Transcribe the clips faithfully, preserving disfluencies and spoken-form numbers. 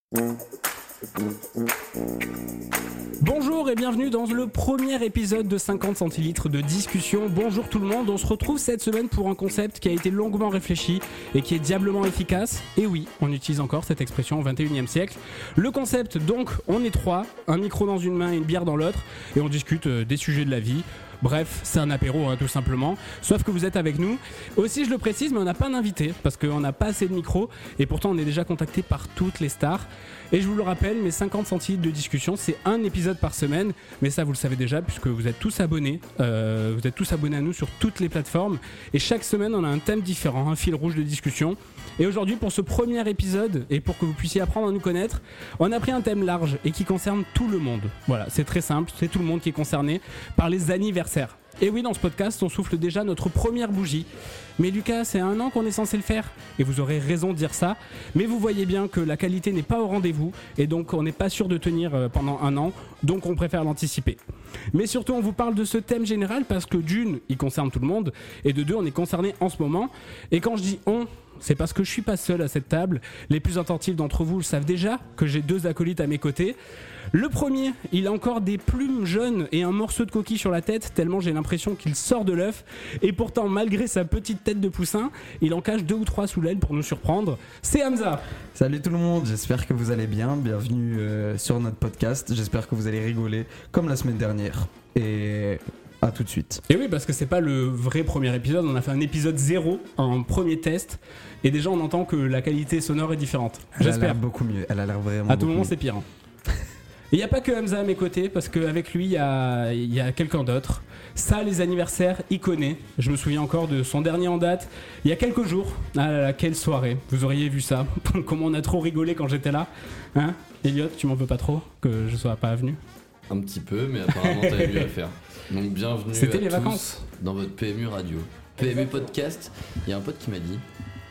Bonjour et bienvenue dans le premier épisode de cinquante centilitres de discussion. Bonjour tout le monde, on se retrouve cette semaine pour un concept qui a été longuement réfléchi et qui est diablement efficace. Et oui, on utilise encore cette expression au vingt et unième siècle. Le concept donc, on est trois, un micro dans une main et une bière dans l'autre, et on discute euh, des sujets de la vie. Bref, c'est un apéro hein, tout simplement, sauf que vous êtes avec nous. Aussi je le précise, mais on n'a pas d'invité, parce qu'on n'a pas assez de micros, et pourtant on est déjà contacté par toutes les stars. Et je vous le rappelle, mes cinquante centilitres de discussion, c'est un épisode par semaine, mais ça vous le savez déjà, puisque vous êtes tous abonnés, euh, vous êtes tous abonnés à nous sur toutes les plateformes, et chaque semaine on a un thème différent, un fil rouge de discussion. Et aujourd'hui, pour ce premier épisode, et pour que vous puissiez apprendre à nous connaître, on a pris un thème large et qui concerne tout le monde. Voilà, c'est très simple, c'est tout le monde qui est concerné par les anniversaires. Et oui, dans ce podcast, on souffle déjà notre première bougie. Mais Lucas, c'est un an qu'on est censé le faire. Et vous aurez raison de dire ça. Mais vous voyez bien que la qualité n'est pas au rendez-vous. Et donc, on n'est pas sûr de tenir pendant un an. Donc, on préfère l'anticiper. Mais surtout, on vous parle de ce thème général parce que d'une, il concerne tout le monde. Et de deux, on est concerné en ce moment. Et quand je dis on, c'est parce que je suis pas seul à cette table. Les plus attentifs d'entre vous le savent déjà que j'ai deux acolytes à mes côtés. Le premier, il a encore des plumes jaunes et un morceau de coquille sur la tête, tellement j'ai l'impression qu'il sort de l'œuf. Et pourtant, malgré sa petite tête de poussin, il en cache deux ou trois sous l'aile pour nous surprendre. C'est Hamza. Salut tout le monde, j'espère que vous allez bien. Bienvenue euh, sur notre podcast. J'espère que vous allez rigoler comme la semaine dernière. Et à tout de suite. Et oui, parce que c'est pas le vrai premier épisode. On a fait un épisode zéro, un premier test. Et déjà, on entend que la qualité sonore est différente. Elle J'espère. a l'air beaucoup mieux. Elle a l'air vraiment. À tout moment, mieux. c'est pire. Hein. Et il n'y a pas que Hamza à mes côtés, parce qu'avec lui, il y a, y a quelqu'un d'autre. Ça, les anniversaires, il connaît. Je me souviens encore de son dernier en date, il y a quelques jours. Ah là là, quelle soirée. Vous auriez vu ça. Comment on a trop rigolé quand j'étais là. Hein, Elliot, tu m'en veux pas trop que je sois pas venu? Un petit peu, mais apparemment t'avais mieux à faire. Donc bienvenue C'était à les tous vacances. Dans votre P M U Radio. P M U Podcast, il y a un pote qui m'a dit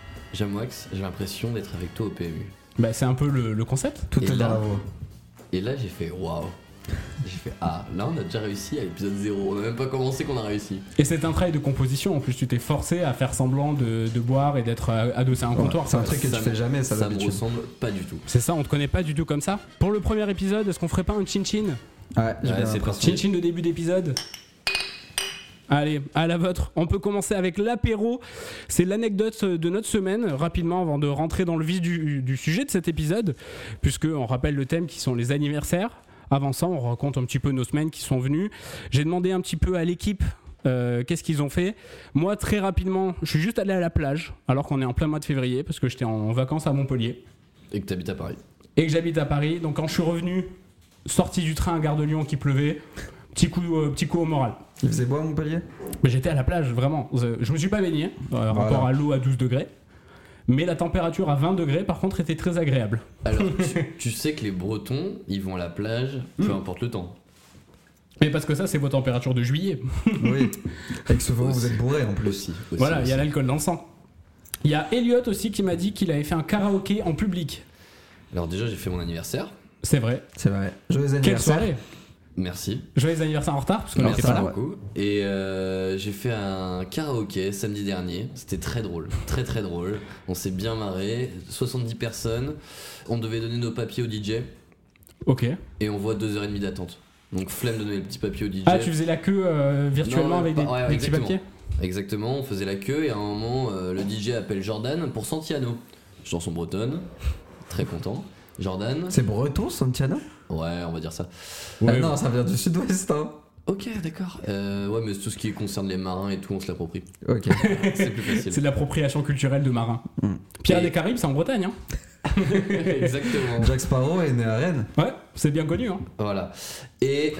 Jamwax, j'ai l'impression d'être avec toi au P M U. Bah, c'est un peu le, le concept. Tout Et est dans là- la voix. Et là j'ai fait waouh. J'ai fait ah, là on a déjà réussi à l'épisode zéro. On a même pas commencé qu'on a réussi. Et c'est un travail de composition. En plus, tu t'es forcé à faire semblant de, de boire et d'être adossé à un Ouais, comptoir. c'est un truc que Ça tu me- fais jamais, ça, Ça me d'habitude. ressemble pas du tout. C'est ça, on te connaît pas du tout comme ça. Pour le premier épisode, est-ce qu'on ferait pas un chin-chin? Ouais, j'ai Ouais, bien c'est l'impression. Chin-chin de début d'épisode. Allez, à la vôtre. On peut commencer avec l'apéro. C'est l'anecdote de notre semaine, rapidement, avant de rentrer dans le vif du, du sujet de cet épisode, puisqu'on rappelle le thème qui sont les anniversaires. Avant ça, on raconte un petit peu nos semaines qui sont venues. J'ai demandé un petit peu à l'équipe euh, qu'est-ce qu'ils ont fait. Moi, très rapidement, je suis juste allé à la plage, alors qu'on est en plein mois de février, parce que j'étais en vacances à Montpellier Et que t'habites à Paris. et que j'habite à Paris. Donc quand je suis revenu, sorti du train à Gare de Lyon qui pleuvait, petit coup, euh, petit coup au moral. Il faisait beau à Montpellier? Mais j'étais à la plage, vraiment. Je me suis pas baigné, euh, rapport à l'eau à douze degrés. Mais la température à vingt degrés, par contre, était très agréable. Alors tu, tu sais que les Bretons, ils vont à la plage, peu Mm. importe le temps. Mais parce que ça, c'est vos températures de juillet. Oui. Et que souvent vous Aussi. êtes bourré en plus. Aussi. aussi, Voilà, il y a aussi. l'alcool dans le sang. Il y a Elliot aussi qui m'a dit qu'il avait fait un karaoké en public. Alors déjà j'ai fait mon anniversaire. C'est vrai. C'est vrai. Joyeux Quelle anniversaire. soirée. Merci. Joyeux anniversaire en retard, parce qu'on Merci n'était pas là. beaucoup. Et euh, j'ai fait un karaoké samedi dernier. C'était très drôle, très très drôle. On s'est bien marré. soixante-dix personnes. On devait donner nos papiers au D J Ok. et on voit deux heures trente d'attente. Donc flemme de donner les petits papiers au D J. Ah, tu faisais la queue euh, virtuellement Non, avec pas- des, ouais, des petits exactement. papiers. Exactement, on faisait la queue et à un moment euh, le D J appelle Jordan pour Santiano. Chanson bretonne, très content. Jordan, C'est breton, Santiano? ouais, on va dire ça. Ah non, ça vient du sud-ouest, hein. Ok, d'accord. Euh, ouais, mais tout ce qui concerne les marins et tout, on se l'approprie. Ok. C'est plus facile. C'est de l'appropriation culturelle de marin. Mm. Pierre Et- des Caraïbes, c'est en Bretagne. Hein. Exactement. Jack Sparrow est né à Rennes. Ouais, c'est bien connu. Hein. Voilà. Et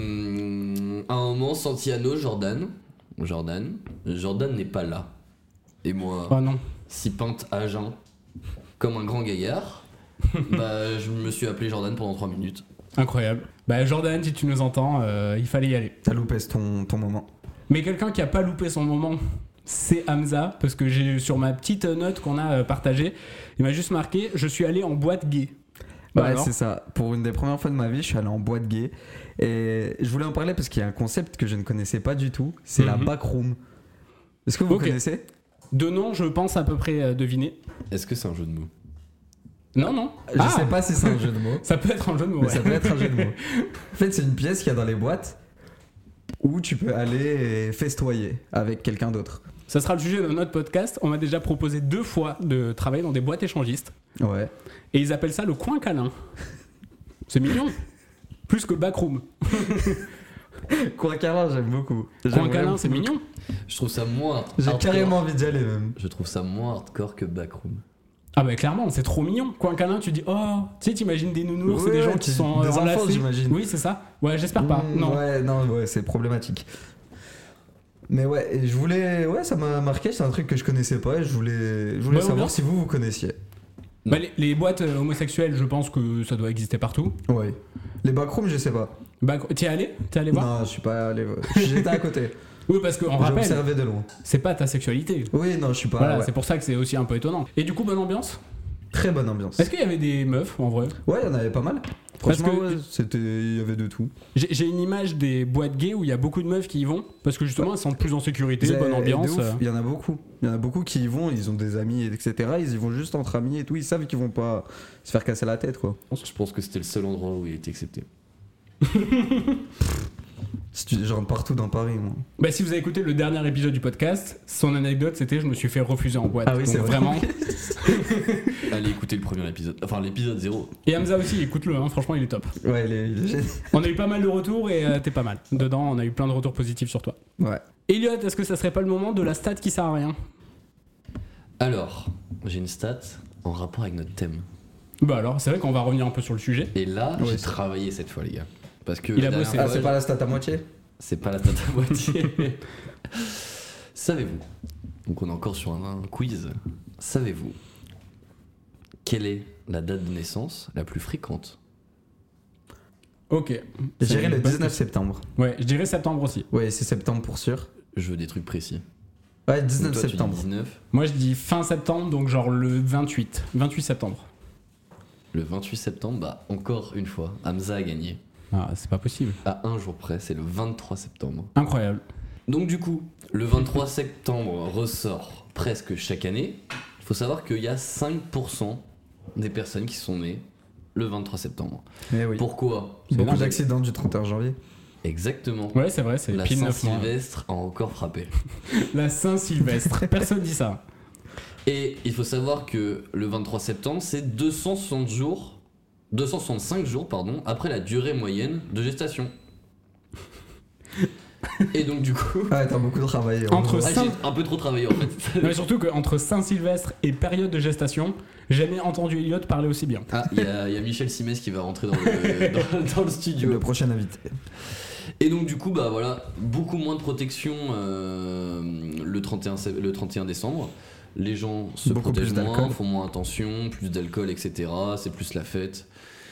euh, à un moment, Santiano, Jordan, Jordan, Jordan n'est pas là. Et moi, Oh non. si peinte à jeun, comme un grand gaillard, bah je me suis appelé Jordan pendant trois minutes. Incroyable. Bah Jordan, si tu nous entends, euh, il fallait y aller. T'as loupé ton, ton moment. Mais quelqu'un qui a pas loupé son moment, c'est Hamza, parce que j'ai sur ma petite note qu'on a euh, partagée, il m'a juste marqué, je suis allé en boîte gay. Bah Ouais, alors c'est ça. Pour une des premières fois de ma vie, je suis allé en boîte gay. Et je voulais en parler parce qu'il y a un concept que je ne connaissais pas du tout. C'est la Mhm. backroom. Est-ce que vous Ok. connaissez? De nom, je pense à peu près euh, deviner. Est-ce que c'est un jeu de mots? Non, non. Je Ah, sais pas si c'est un jeu de mots. ça peut être un jeu de mots. Mais Ouais. ça peut être un jeu de mots. En fait, c'est une pièce qu'il y a dans les boîtes où tu peux aller festoyer avec quelqu'un d'autre. Ça sera le sujet de notre podcast. On m'a déjà proposé deux fois de travailler dans des boîtes échangistes. Ouais. Et ils appellent ça le coin câlin. C'est mignon. Plus que backroom. Coin câlin, j'aime beaucoup. J'aime Coin vraiment câlin, c'est beaucoup. mignon. Je trouve ça moins. J'ai hardcore. carrément envie d'y aller même. Je trouve ça moins hardcore que Backroom. Ah bah clairement, c'est trop mignon. Coin câlin, tu dis oh, tu sais, t'imagines des nounours, Ouais, et des gens ouais, qui tu- sont des euh, enfants, enlacés. j'imagine. Oui, c'est ça. Ouais, j'espère pas. Mmh, Non. Ouais, non, ouais, c'est problématique. Mais ouais, et je voulais. Ouais, ça m'a marqué, c'est un truc que je connaissais pas et je voulais, je voulais Ouais, savoir bien. si vous, vous connaissiez. Bah, les, les boîtes euh, homosexuelles, je pense que ça doit exister partout. Ouais. Les backrooms, je sais pas. Bah, t'y es allé T'es allé voir Non, je suis pas allé. J'étais à côté. Oui, parce qu'on J'ai rappelle, observé de loin. c'est pas ta sexualité. Oui, non, je suis pas. Voilà, ouais. c'est pour ça que c'est aussi un peu étonnant. Et du coup, bonne ambiance. Très bonne ambiance. Est-ce qu'il y avait des meufs en vrai? Ouais, il y en avait pas mal. Parce Franchement, que- ouais, c'était, il y avait de tout. J'ai j'ai une image des boîtes gays où il y a beaucoup de meufs qui y vont parce que justement elles sont plus en sécurité, J'ai- bonne de ambiance. ouf, euh. Il y en a beaucoup. Il y en a beaucoup qui y vont, ils ont des amis, et cetera. Ils y vont juste entre amis et tout. Ils savent qu'ils vont pas se faire casser la tête, quoi. Je pense que c'était le seul endroit où il était accepté. Si tu- Je rentre partout dans Paris, moi. Bah, si vous avez écouté le dernier épisode du podcast, son anecdote c'était je me suis fait refuser en boîte. Ah oui, Donc c'est vrai. vraiment. Allez écouter le premier épisode. Enfin, l'épisode zéro. Et Hamza aussi, écoute-le, hein, franchement il est top. Ouais, il est, il est génial. On a eu pas mal de retours et euh, t'es pas mal. Dedans, on a eu plein de retours positifs sur toi. Ouais. Elliot, est-ce que ça serait pas le moment de la stat qui sert à rien? Alors, j'ai une stat en rapport avec notre thème. Bah alors, c'est vrai qu'on va revenir un peu sur le sujet. Et là, Ouais, j'ai c'est- travaillé cette fois, les gars. Parce que Il la a dernière bossé. fois, Ah, c'est pas la stat à moitié? c'est pas la stat à moitié. Savez-vous, donc on est encore sur un, un quiz, savez-vous quelle est la date de naissance la plus fréquente? Ok. Je C'est dirais une le bonne dix-neuf question. septembre. Ouais, je dirais septembre aussi. Ouais, c'est septembre pour sûr. Je veux des trucs précis. Ouais, Donc dix-neuf toi, tu dis septembre. dix-neuf. Moi je dis fin septembre, donc genre le vingt-huit. vingt-huit septembre. Le vingt-huit septembre, bah encore une fois, Hamza a gagné. Ah, c'est pas possible. À un jour près, c'est le vingt-trois septembre. Incroyable. Donc du coup, le vingt-trois septembre ressort presque chaque année. Il faut savoir qu'il y a cinq pour cent des personnes qui sont nées le vingt-trois septembre. Eh oui. Pourquoi? C'est Beaucoup énorme. d'accidents du trente et un janvier. Exactement. Ouais, c'est vrai, c'est La pile neuf mois. Saint-Sylvestre a encore frappé. La Saint-Sylvestre. Personne dit ça. Et il faut savoir que le vingt-trois septembre, c'est deux cent soixante jours, deux cent soixante-cinq jours pardon, après la durée moyenne de gestation. Et donc du coup, Ah, t'as beaucoup travaillé. Entre ah, Saint- j'ai un peu trop travaillé en fait. Non, mais surtout qu'entre Saint-Sylvestre et période de gestation, j'ai jamais entendu Elliot parler aussi bien. Ah, il y, a il y a Michel Simès qui va rentrer dans le, dans, dans le studio. Le prochain invité. Et donc du coup, bah voilà, beaucoup moins de protection euh, le, trente et un, sé- le trente et un décembre. Les gens se Beaucoup protègent plus moins, d'alcool. font moins attention, plus d'alcool, et cetera. C'est plus la fête.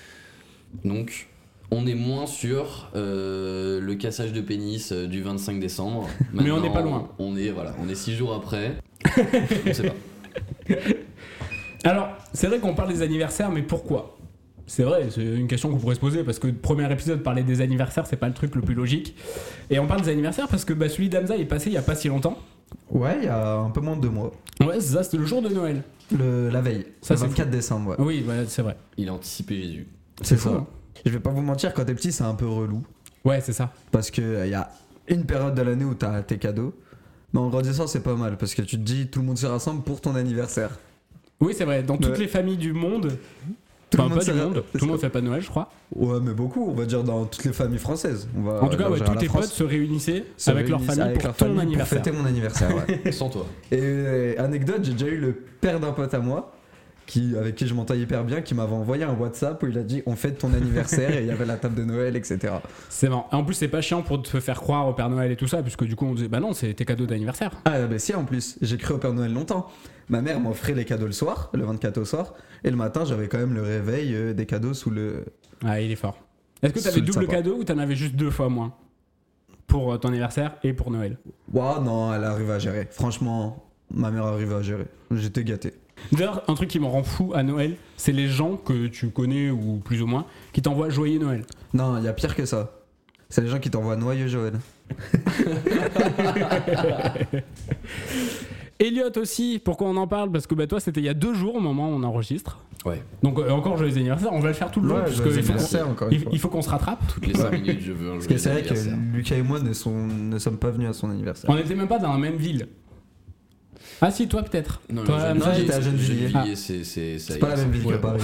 Donc, on est moins sur euh, le cassage de pénis euh, du vingt-cinq décembre. Mais on Maintenant, n'est pas loin. On est, voilà, on est six jours après. On sait pas. Alors, c'est vrai qu'on parle des anniversaires, mais pourquoi? C'est vrai, c'est une question qu'on pourrait se poser parce que le premier épisode parler des anniversaires, c'est pas le truc le plus logique. Et on parle des anniversaires parce que bah, celui d'Hamza est passé il y a pas si longtemps. Ouais, il y a un peu moins de deux mois. Ouais, c'est ça, c'était le jour de Noël. Le, la veille. Ça, le c'est vingt-quatre décembre, ouais. Oui, ouais, c'est vrai. Il a anticipé Jésus. C'est fou, ça. hein. Je vais pas vous mentir, quand t'es petit, c'est un peu relou. Ouais, c'est ça. Parce qu'il y a une période de l'année où t'as tes cadeaux. Mais en grandissant, c'est pas mal. Parce que tu te dis, tout le monde se rassemble pour ton anniversaire. Oui, c'est vrai. Dans toutes Ouais. les familles du monde, Tout enfin le monde pas du se- monde, c'est tout le monde ça. fait pas de Noël, je crois. Ouais, mais beaucoup, on va dire dans toutes les familles françaises. On va En tout cas, ouais, élargir à tous la tes France. potes se réunissaient Se avec leur réunissent famille avec pour leur ton famille anniversaire. Pour fêter mon anniversaire, ouais. Sans toi. Et euh, anecdote, j'ai déjà eu le père d'un pote à moi. Qui, avec qui je m'entends hyper bien, qui m'avait envoyé un WhatsApp où il a dit on fête ton anniversaire et il y avait la table de Noël, et cetera. C'est marrant. En plus, c'est pas chiant pour te faire croire au Père Noël et tout ça, puisque du coup, on disait bah non, c'est tes cadeaux d'anniversaire. Ah bah si, en plus, j'ai cru au Père Noël longtemps. Ma mère m'offrait les cadeaux le soir, le vingt-quatre au soir, et le matin j'avais quand même le réveil euh, des cadeaux sous le... Ah, il est fort. Est-ce que Sous t'avais le double sapin. cadeau ou t'en avais juste deux fois moins pour euh, ton anniversaire et pour Noël? Waouh, non, elle arrive à gérer. Franchement, ma mère arrive à gérer. J'étais gâté. D'ailleurs, un truc qui me rend fou à Noël, c'est les gens que tu connais ou plus ou moins qui t'envoient joyeux Noël. Non, il y a pire que ça. C'est les gens qui t'envoient noyeux Joël. Elliot aussi, pourquoi on en parle? Parce que bah, toi, c'était il y a deux jours au moment où on enregistre. Ouais. Donc euh, encore joyeux anniversaire, on va le faire tout le long, Ouais, parce joyeux qu'il faut, anniversaire, encore une il, fois. il faut qu'on se rattrape. Toutes les cinq minutes, je veux un Parce que joyeux c'est vrai que anniversaire. Lucas et moi ne, sont, ne sommes pas venus à son anniversaire. On n'était même pas dans la même ville. Ah si, toi peut-être. Non, Toi, non, moi, j'étais à Gennevilliers. Gennevilliers, c'est, c'est, ça C'est y pas est, la même c'est- ville ouais. que Paris.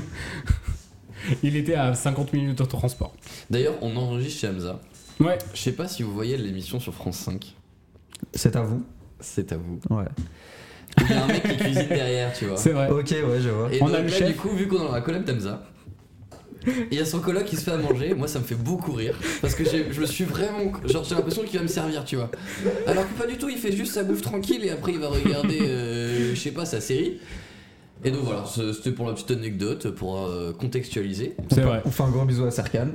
Il était à cinquante minutes de transport. D'ailleurs, on enregistre chez Hamza. Ouais. Je sais pas si vous voyez l'émission sur France cinq. C'est à vous. C'est à vous. Ouais. Il y a un mec qui cuisine derrière, tu vois. C'est vrai. Ok, ouais, je vois. Et On donc a le là, chef. du coup, vu qu'on est dans la collab d'Hamza, il y a son coloc qui se fait à manger. Moi, ça me fait beaucoup rire. Parce que j'ai- je me suis vraiment. Genre, j'ai l'impression qu'il va me servir, tu vois. Alors que pas du tout, il fait juste sa bouffe tranquille et après, il va regarder, euh, je sais pas, sa série. Et donc voilà, ce- c'était pour la petite anecdote, pour euh, contextualiser. C'est vrai. On fait un gros bisou à Serkan.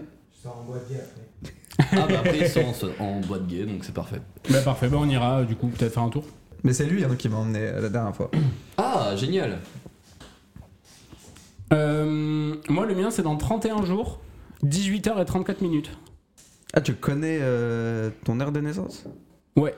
Ah bah après, ils sont en, en boîte gay, donc c'est parfait. Bah parfait, bah on ira du coup peut-être faire un tour. Mais c'est lui hein, qui m'a emmené euh, la dernière fois. Ah, génial. Euh, moi le mien c'est dans trente et un jours, dix-huit heures trente-quatre minutes. Ah, tu connais euh, ton heure de naissance? Ouais.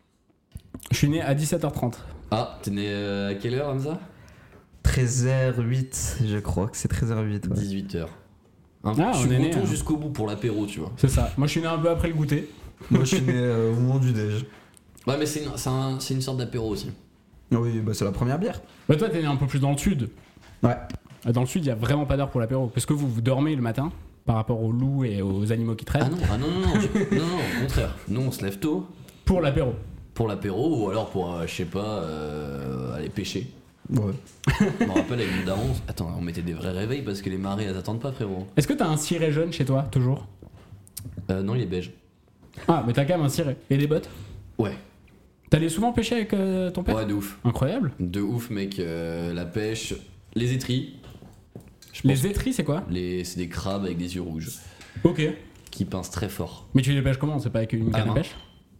Je suis né à dix-sept heures trente. Ah, t'es né euh, à quelle heure, Hamza? treize heures huit, je crois que c'est treize heures huit. Ouais. dix-huit heures. Hein, Ah, je on suis est né, breton hein. jusqu'au bout pour l'apéro, tu vois. C'est ça. Moi je suis né un peu après le goûter. Moi, je suis né euh, au moment du déj. Ouais, mais c'est une, c'est un- c'est une sorte d'apéro aussi. Oui, bah c'est la première bière. Bah toi t'es né un peu plus dans le sud. Ouais. Dans le sud il y a vraiment pas d'heure pour l'apéro. Parce que vous, vous dormez le matin par rapport aux loups et aux animaux qui traînent. Ah non, ah non, non, non, je- non, non, au contraire. Nous, on se lève tôt Pour l'apéro. pour l'apéro ou alors pour, euh, je sais pas, euh, aller pêcher. Ouais. Je me rappelle avec mon daron, attends, on mettait des vrais réveils parce que les marées, elles attendent pas, frérot. Est-ce que t'as un ciré jaune chez toi toujours? Euh, non, il est beige. Ah mais t'as quand même un ciré. Et des bottes? Ouais, T'allais souvent pêcher avec euh, ton père? ouais, de ouf. Incroyable. De ouf, mec. euh, la pêche, les étris. Je pense Les étris c'est quoi? les, c'est des crabes avec des yeux rouges Ok. qui pincent très fort. Mais tu les pêches comment? C'est pas avec une À canne à main. pêche?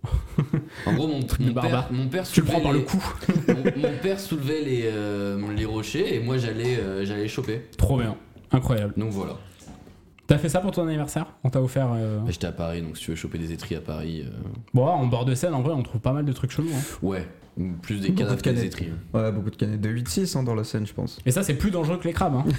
En gros, mon, Truc de mon, barbare. père, mon père Tu le prends soulevait par le les- cou. mon, mon père soulevait les, euh, les rochers et moi j'allais euh, j'allais choper. Trop bien. Incroyable. Donc voilà. T'as fait ça pour ton anniversaire? On t'a offert. euh, Bah, j'étais à Paris, donc si tu veux choper des étris à Paris, euh, Bon, en bord de Seine, en vrai, on trouve pas mal de trucs chelous. Hein. ouais, plus des Beaucoup canapes de que des canettes. étris. Ouais, beaucoup de canettes de huit six hein, dans la Seine, je pense. Et ça, c'est plus dangereux que les crabes. Hein.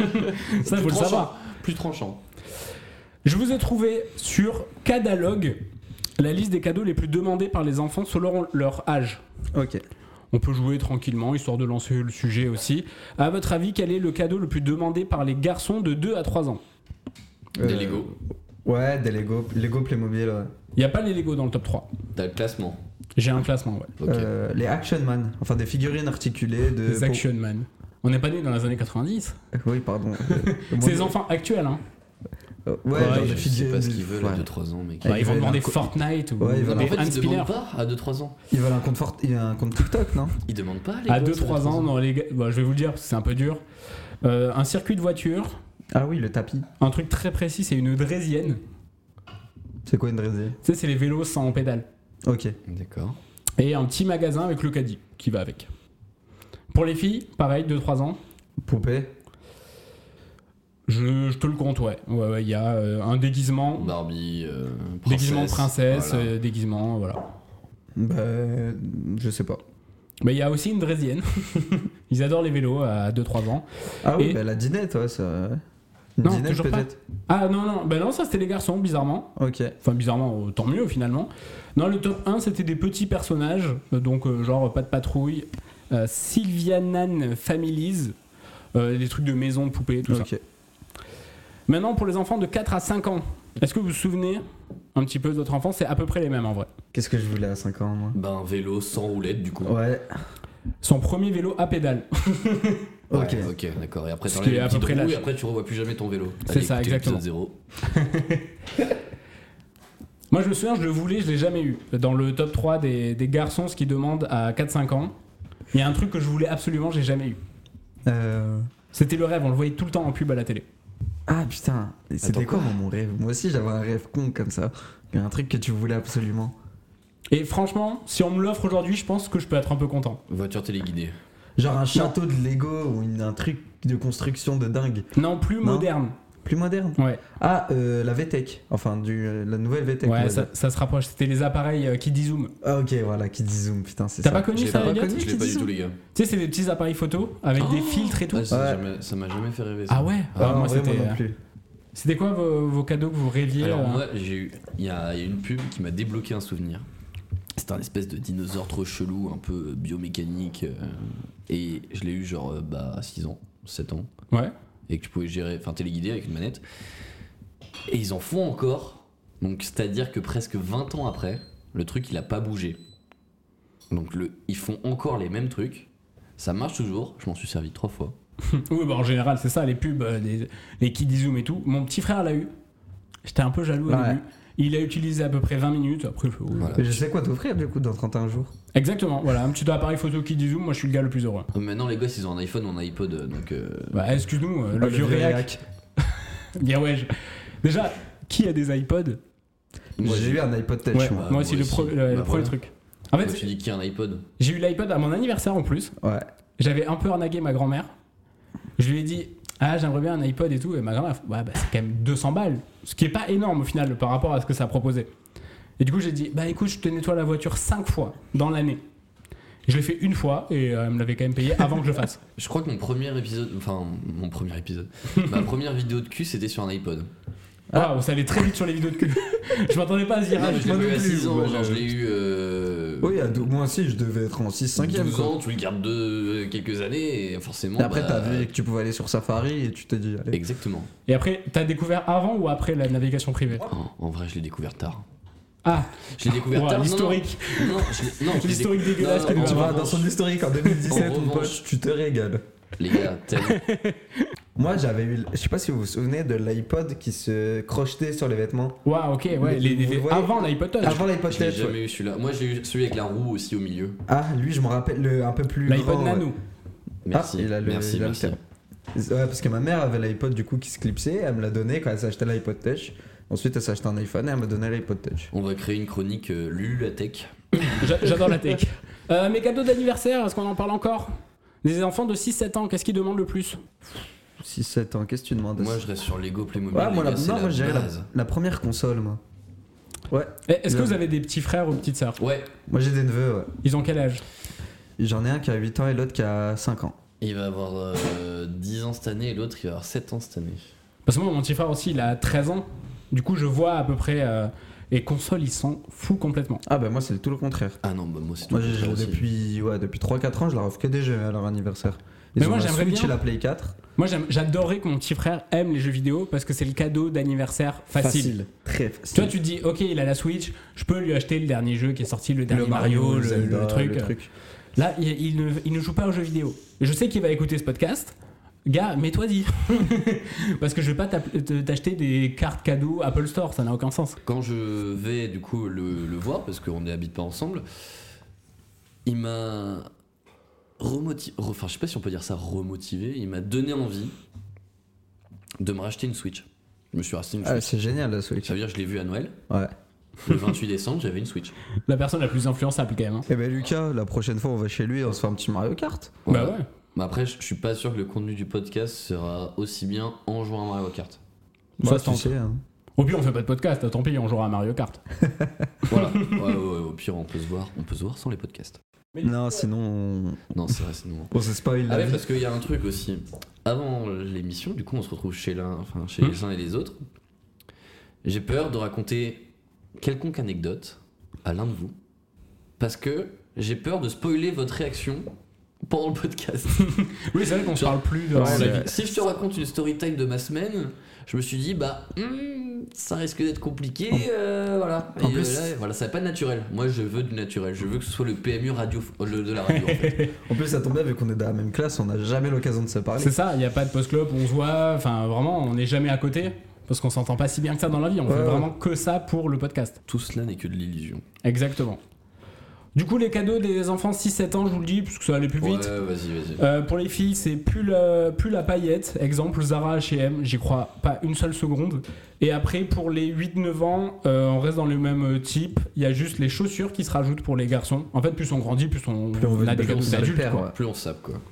ça, Plus faut le tranchant. savoir. Plus tranchant. Je vous ai trouvé sur Cadalogue la liste des cadeaux les plus demandés par les enfants selon leur âge. Ok. On peut jouer tranquillement, histoire de lancer le sujet aussi. À votre avis, quel est le cadeau le plus demandé par les garçons de deux à trois ans? Des Euh, Lego. Ouais, des Lego, Lego Playmobil, ouais. Il n'y a pas les Lego dans le top trois. T'as le classement. J'ai un classement, ouais. Ok. Euh, les Action Man, enfin des figurines articulées de. Les Action Man. On n'est pas né dans les années quatre-vingt-dix. Oui, pardon. C'est les enfants actuels, hein. Euh, ouais, Ouais, genre je des sais figurines. pas ce qu'ils veulent à ouais. deux trois ans, mec. Ouais, Bah, ils ils vont veulent demander un co- Fortnite ou Ouais, ils des veulent en un fait, Hand ils Spinner. demandent pas à deux trois ans. Ils veulent un compte, fort... il y a un compte TikTok, non? Ils demandent pas les À gosses deux trois ans, non, les gars, bah, je vais vous le dire, parce que c'est un peu dur. Euh, un circuit de voiture, Ah oui, le tapis. un truc très précis, c'est une draisienne. C'est quoi une draisier? Tu sais, c'est les vélos sans pédale. Ok. D'accord. Et un petit magasin avec le caddie qui va avec. Pour les filles, pareil, deux trois ans. Poupée. Je, je te le compte, ouais. Ouais, ouais, il y a euh, un déguisement, Barbie, euh, princesse, déguisement de princesse, voilà. euh, déguisement, voilà. Bah. Je sais pas. Mais il y a aussi une draisienne. Ils adorent les vélos à deux trois ans. Ah oui, Et- bah la dinette, ouais, ça. Une Non, dinette toujours pas. peut-être. Ah non, non, ben non, ça c'était les garçons, bizarrement. Ok. Enfin, bizarrement, euh, tant mieux finalement. Non, le top un, c'était des petits personnages, euh, donc euh, genre Pas de Patrouille, euh, Sylvianan Families, euh, des trucs de maison, de poupées, tout ça. Ok. Maintenant, pour les enfants de quatre à cinq ans, est-ce que vous vous souvenez un petit peu de votre enfance? C'est à peu près les mêmes en vrai. Qu'est-ce que je voulais à cinq ans, moi? Bah, un vélo sans roulette, du coup. Ouais. Son premier vélo à pédale. Ouais, Ok. ok, d'accord. Et après, Ce t'enlèves qui est les à peu petites près roues l'âge. et après, tu revois plus jamais ton vélo. C'est Allez, ça, écoutez l'épisode exactement. zéro. Moi, je me souviens, je le voulais, je l'ai jamais eu. Dans le top trois des, des garçons, ce qui demandent à quatre cinq ans, il y a un truc que je voulais absolument, j'ai jamais eu. Euh... C'était le rêve, on le voyait tout le temps en pub à la télé. Ah putain, Et c'était Attends, quoi quoi moi, mon rêve? Moi aussi j'avais un rêve con comme ça. Il y a un truc que tu voulais absolument. Et franchement, si on me l'offre aujourd'hui, je pense que je peux être un peu content. Voiture téléguidée. Genre un château de Lego ou une- un truc de construction de dingue. Non, plus Non. moderne. Plus moderne. Ouais, Ah, euh, la V T E C. Enfin, du, euh, la nouvelle V T E C. on ouais va ça, dire. ça se rapproche. C'était les appareils euh, qui dézooment. Ah, ok, voilà, qui dit zoom, putain, c'est T'as ça. pas Je connu l'ai ça, pas Elliot connu. Je l'ai pas du tout, les gars. Tu sais, c'est des petits appareils photo avec des filtres et tout. Ah, ça m'a Ouais. jamais- ça m'a jamais fait rêver. Ça. Ah ouais, Ah, Ah, en moi vrai, c'était. moi non plus. C'était quoi vos, vos cadeaux que vous rêviez Alors euh moi, j'ai eu, il y a il y a une pub qui m'a débloqué un souvenir. C'était un espèce de dinosaure trop chelou, un peu biomécanique, euh, et je l'ai eu genre euh, bah à six ans, sept ans, Ouais. et que tu pouvais gérer, enfin téléguider avec une manette. Et ils en font encore, donc c'est-à-dire que presque vingt ans après, le truc il a pas bougé. Donc le, ils font encore les mêmes trucs, ça marche toujours. Je m'en suis servi trois fois. Oui, bah en général, c'est ça, les pubs, euh, les, les Kid Zoom et tout. Mon petit frère l'a eu. J'étais un peu jaloux au Ouais. début. Il l'a utilisé à peu près vingt minutes. Après, je fais, oui. Voilà. Mais je sais quoi t'offrir du coup dans trente et un jours. Exactement, voilà, un petit appareil photo Kid Zoom. Moi, je suis le gars le plus heureux. Maintenant les gosses ils ont un iPhone ou un iPod, donc. euh, Bah, excuse-nous, euh, le Ah, vieux réac. Bien ouais. je- Déjà, qui a des iPods moi, J'ai eu un iPod Touch, Ouais, moi. moi aussi, moi le, pro- aussi. le- Bah, le premier voilà. truc. En Je me fait, suis dit qui a un iPod. j'ai eu l'iPod à mon anniversaire en plus. Ouais. J'avais un peu arnaqué ma grand-mère. Je lui ai dit, ah, j'aimerais bien un iPod et tout. Et ma grand-mère, ouais, bah, c'est quand même deux cents balles. Ce qui est pas énorme au final par rapport à ce que ça proposait. Et du coup, j'ai dit, bah écoute, je te nettoie la voiture cinq fois dans l'année. Je l'ai fait une fois et euh, elle me l'avait quand même payé avant que je le fasse. Je crois que mon premier épisode, enfin mon premier épisode, ma première vidéo de cul c'était sur un iPod. Waouh, ça allait très vite sur les vidéos de cul. Je m'attendais pas à ce Non, virage. mais je moi l'ai eu non à plus, six ans, moi, genre je- je l'ai eu. Euh, Oui, à deux- moi aussi, je devais être en six cinquième. douze ans, tu le gardes de quelques années et forcément. Et après, bah, t'as vu que tu pouvais aller sur Safari et tu t'es dit, allez. Exactement. Et après, t'as découvert avant ou après la navigation privée En, en vrai, je l'ai découvert tard. Ah, Je l'ai découvert ouah, tard. non, non. l'historique. Non, je l'ai- non, je l'ai L'historique décou- dégueulasse non, qu'il nous en Tu a. vois, revanche, dans son historique en deux mille dix-sept, En mon pote, revanche. tu te régales. Les gars, tellement. Moi, j'avais eu, je sais pas si vous vous souvenez de l'iPod qui se crochetait sur les vêtements. Waouh, ok, ouais, Le- les, les- vous voyez- avant l'iPod Touch. Avant l'iPod Je l'ai Touch. ouais. jamais eu celui-là. Moi, j'ai eu celui avec la roue aussi au milieu. Ah, lui, je me rappelle, le un peu plus L'iPod grand. Nano. ouais. Merci. Ah, il a le- merci, il a le merci. terme. Ouais, parce que ma mère avait l'iPod du coup qui se clipsait, elle me l'a donné quand elle s'est acheté l'iPod Touch. Ensuite, elle s'est acheté un iPhone et elle m'a donné l'iPod Touch. On va créer une chronique euh, Lulu la tech. J'a- J'adore la tech. Euh, mes cadeaux d'anniversaire, est-ce qu'on en parle encore? Les enfants de six sept ans, qu'est-ce qu'ils demandent le plus? six sept ans, qu'est-ce que tu demandes? Moi, je reste sur Lego Playmobil. Ouais, les moi, la, gars, c'est non, la moi, je dirais la, base. la première console, moi. Ouais, Eh, Est-ce que Non. vous avez des petits frères ou petites sœurs? Ouais, moi j'ai des neveux, ouais. Ils ont quel âge? J'en ai un qui a huit ans et l'autre qui a cinq ans. il va avoir euh, dix ans cette année et l'autre il va avoir sept ans cette année. Parce que moi, mon petit frère aussi, il a treize ans. Du coup, je vois à peu près. euh, et console, ils s'en foutent complètement. Ah, bah moi, c'est tout le contraire. Ah non, bah moi c'est tout. Moi, le j'ai, contraire aussi. depuis, ouais, depuis trois quatre ans, je leur offre que des jeux à leur anniversaire. Ils Mais ont moi, la j'aimerais Switch bien- et la Play quatre. Moi, j'aime- j'adorerais que mon petit frère aime les jeux vidéo parce que c'est le cadeau d'anniversaire facile. Très Tu vois, facile. tu te dis, ok, il a la Switch, je peux lui acheter le dernier jeu qui est sorti, le dernier Le Mario, le, Zelda, le truc. le truc. Là, il, il ne, il ne joue pas aux jeux vidéo. Et je sais qu'il va écouter ce podcast. Gars, mets-toi dit. Parce que je vais pas t'app- te- t'acheter des cartes cadeaux Apple Store, ça n'a aucun sens. Quand je vais du coup le, le voir, parce qu'on n'habite pas ensemble, il m'a remotivé, enfin je sais pas si on peut dire ça remotivé, il m'a donné envie de me racheter une Switch. Je me suis racheté une Ah, Switch. c'est génial la Switch. Ça veut dire que je l'ai vu à Noël, Ouais. le vingt-huit décembre, j'avais une Switch. La personne la plus influençable quand même. hein. Eh ben Lucas, la prochaine fois on va chez lui et on se fait un petit Mario Kart. Voilà. Bah ouais. Mais après, je je suis pas sûr que le contenu du podcast sera aussi bien en jouant à Mario Kart. Ça Bah, se tu tente. sais, hein. Au pire, on fait pas de podcast, tant pis, on jouera à Mario Kart. Voilà. Ouais, ouais, ouais, au pire, on peut se voir, on peut se voir sans les podcasts. Non, sinon on, Non, c'est vrai, sinon. on se spoil Ah la ouais, vie. parce qu'il y a un truc aussi. Avant l'émission, du coup, on se retrouve chez l'un, enfin chez Hmm. les uns et les autres. J'ai peur de raconter quelconque anecdote à l'un de vous, parce que j'ai peur de spoiler votre réaction pendant le podcast. Oui, c'est vrai qu'on se Genre- parle plus de Ouais, la c'est- vie. Si je te raconte une story time de ma semaine, je me suis dit bah hmm, ça risque d'être compliqué, euh, voilà. En Et, plus- euh, là, voilà, ça va pas être naturel. Moi, je veux du naturel. Je veux que ce soit le P M U radio le- de la radio. En fait. En plus, ça tombe bien vu qu'on est dans la même classe, on n'a jamais l'occasion de se parler. C'est ça, il n'y a pas de post-club, on se voit, enfin vraiment, on n'est jamais à côté. Parce qu'on s'entend pas si bien que ça dans la vie, on Ouais, fait ouais. vraiment que ça pour le podcast. Tout cela n'est que de l'illusion. Exactement. Du coup, les cadeaux des enfants six sept ans, je vous le dis, parce que ça va aller plus Ouais, vite. vas-y, vas-y. Euh, pour les filles, c'est plus la, plus la paillette. Exemple, Zara, H et M, j'y crois pas une seule seconde. Et après, pour les huit neuf ans, euh, on reste dans le même type. Il y a juste les chaussures qui se rajoutent pour les garçons. En fait, plus on grandit, plus on, Plus on veut a de des plus on cadeaux se d'adultes. perd, quoi. ouais. Plus on sape quoi.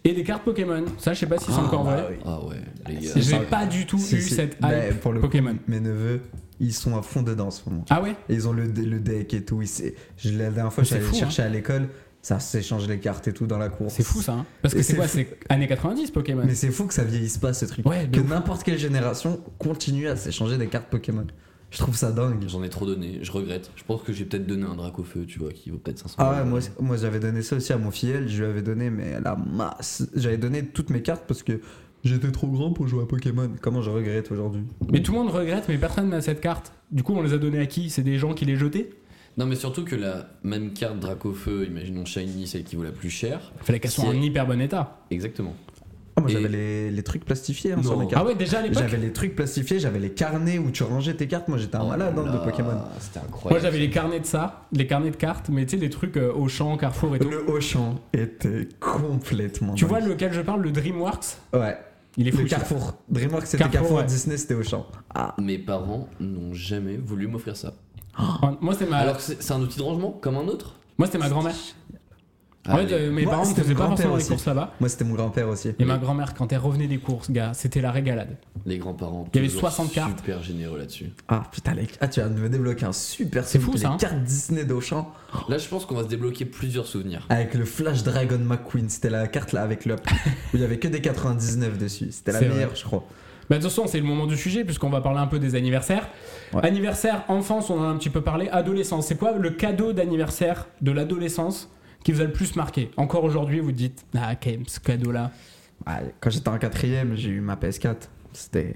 Et des cartes Pokémon. Ça, je sais pas si c'est Ah, encore bah vrai. oui. Ah ouais, les gars. J'ai ça- pas du tout Si, eu si. cette hype Mais pour le coup, Pokémon. mes neveux, ils sont à fond dedans en ce moment. Ah ouais? Et ils ont le, le deck et tout. Ils, c'est- je, la dernière fois, C'est j'allais fou, chercher à l'école, ça s'échange les cartes et tout dans la cour. C'est fou ça. Hein. Parce que Et c'est c'est quoi? fou. C'est années quatre-vingt-dix Pokémon. Mais c'est fou que ça vieillisse pas ce truc. Ouais, de que ouf. n'importe quelle génération continue à s'échanger des cartes Pokémon. Je trouve ça dingue. J'en ai trop donné, je regrette. Je pense que j'ai peut-être donné un Dracofeu, tu vois, qui vaut peut-être cinq cents. Ah ouais, moi, moi j'avais donné ça aussi à mon filleul, je lui avais donné mais la masse. J'avais donné toutes mes cartes parce que j'étais trop grand pour jouer à Pokémon. Comment je regrette aujourd'hui. Mais tout le monde regrette, mais personne n'a cette carte. Du coup, on les a donné à qui? C'est des gens qui les jetaient? Non, mais surtout que la même carte Dracofeu, imaginons Shiny, celle qui vaut la plus chère. Fallait qu'elles soient en C'est- hyper bon état. Exactement. Ah, moi Et- j'avais les, les trucs plastifiés hein, sur Non. mes cartes. Ah ouais, déjà à l'époque? J'avais les trucs plastifiés, j'avais les carnets où tu rangeais tes cartes. Moi j'étais un Oh malade hein, là de là, Pokémon. C'était Moi incroyable. j'avais les carnets de ça, les carnets de cartes, mais tu sais, les trucs euh, Auchan, Carrefour et tout. Le Auchan était complètement. Tu dingue. vois lequel je parle, le DreamWorks? Ouais. Il est fou. Le celui-là. Carrefour. DreamWorks c'était Carrefour, Carrefour, ouais. Disney c'était Auchan. Ah. Mes parents n'ont jamais voulu m'offrir ça. Enfin, Moi c'était ma, Alors que c'est c'est un outil de rangement comme un autre. moi c'était ma grand-mère. Ah, En fait, mais- euh, mes Moi, parents ne c'était faisaient mon pas grand-père forcément les aussi. courses là-bas. Moi c'était mon grand-père aussi. Et ma grand-mère, quand elle revenait des courses, gars, c'était la régalade. Les grands-parents. Il y avait toujours soixante cartes. Super généreux là-dessus. Ah putain, les... ah, tu viens de me débloquer un super C'est souvenir. fou, ça, Les hein. cartes Disney d'Auchan Là, je pense qu'on va se débloquer plusieurs souvenirs. avec le Flash Dragon McQueen. C'était la carte là avec le. où il y avait que des quatre-vingt-dix-neuf dessus. C'était la C'est meilleure, vrai. je crois. Bah, de toute façon, c'est le moment du sujet, puisqu'on va parler un peu des anniversaires. Ouais. Anniversaire, enfance, on en a un petit peu parlé. Adolescence, c'est quoi le cadeau d'anniversaire de l'adolescence qui vous a le plus marqué? Encore aujourd'hui, vous dites, ah, quand même, ce cadeau-là. Ah, quand j'étais en quatrième, j'ai eu ma P S quatre. C'était.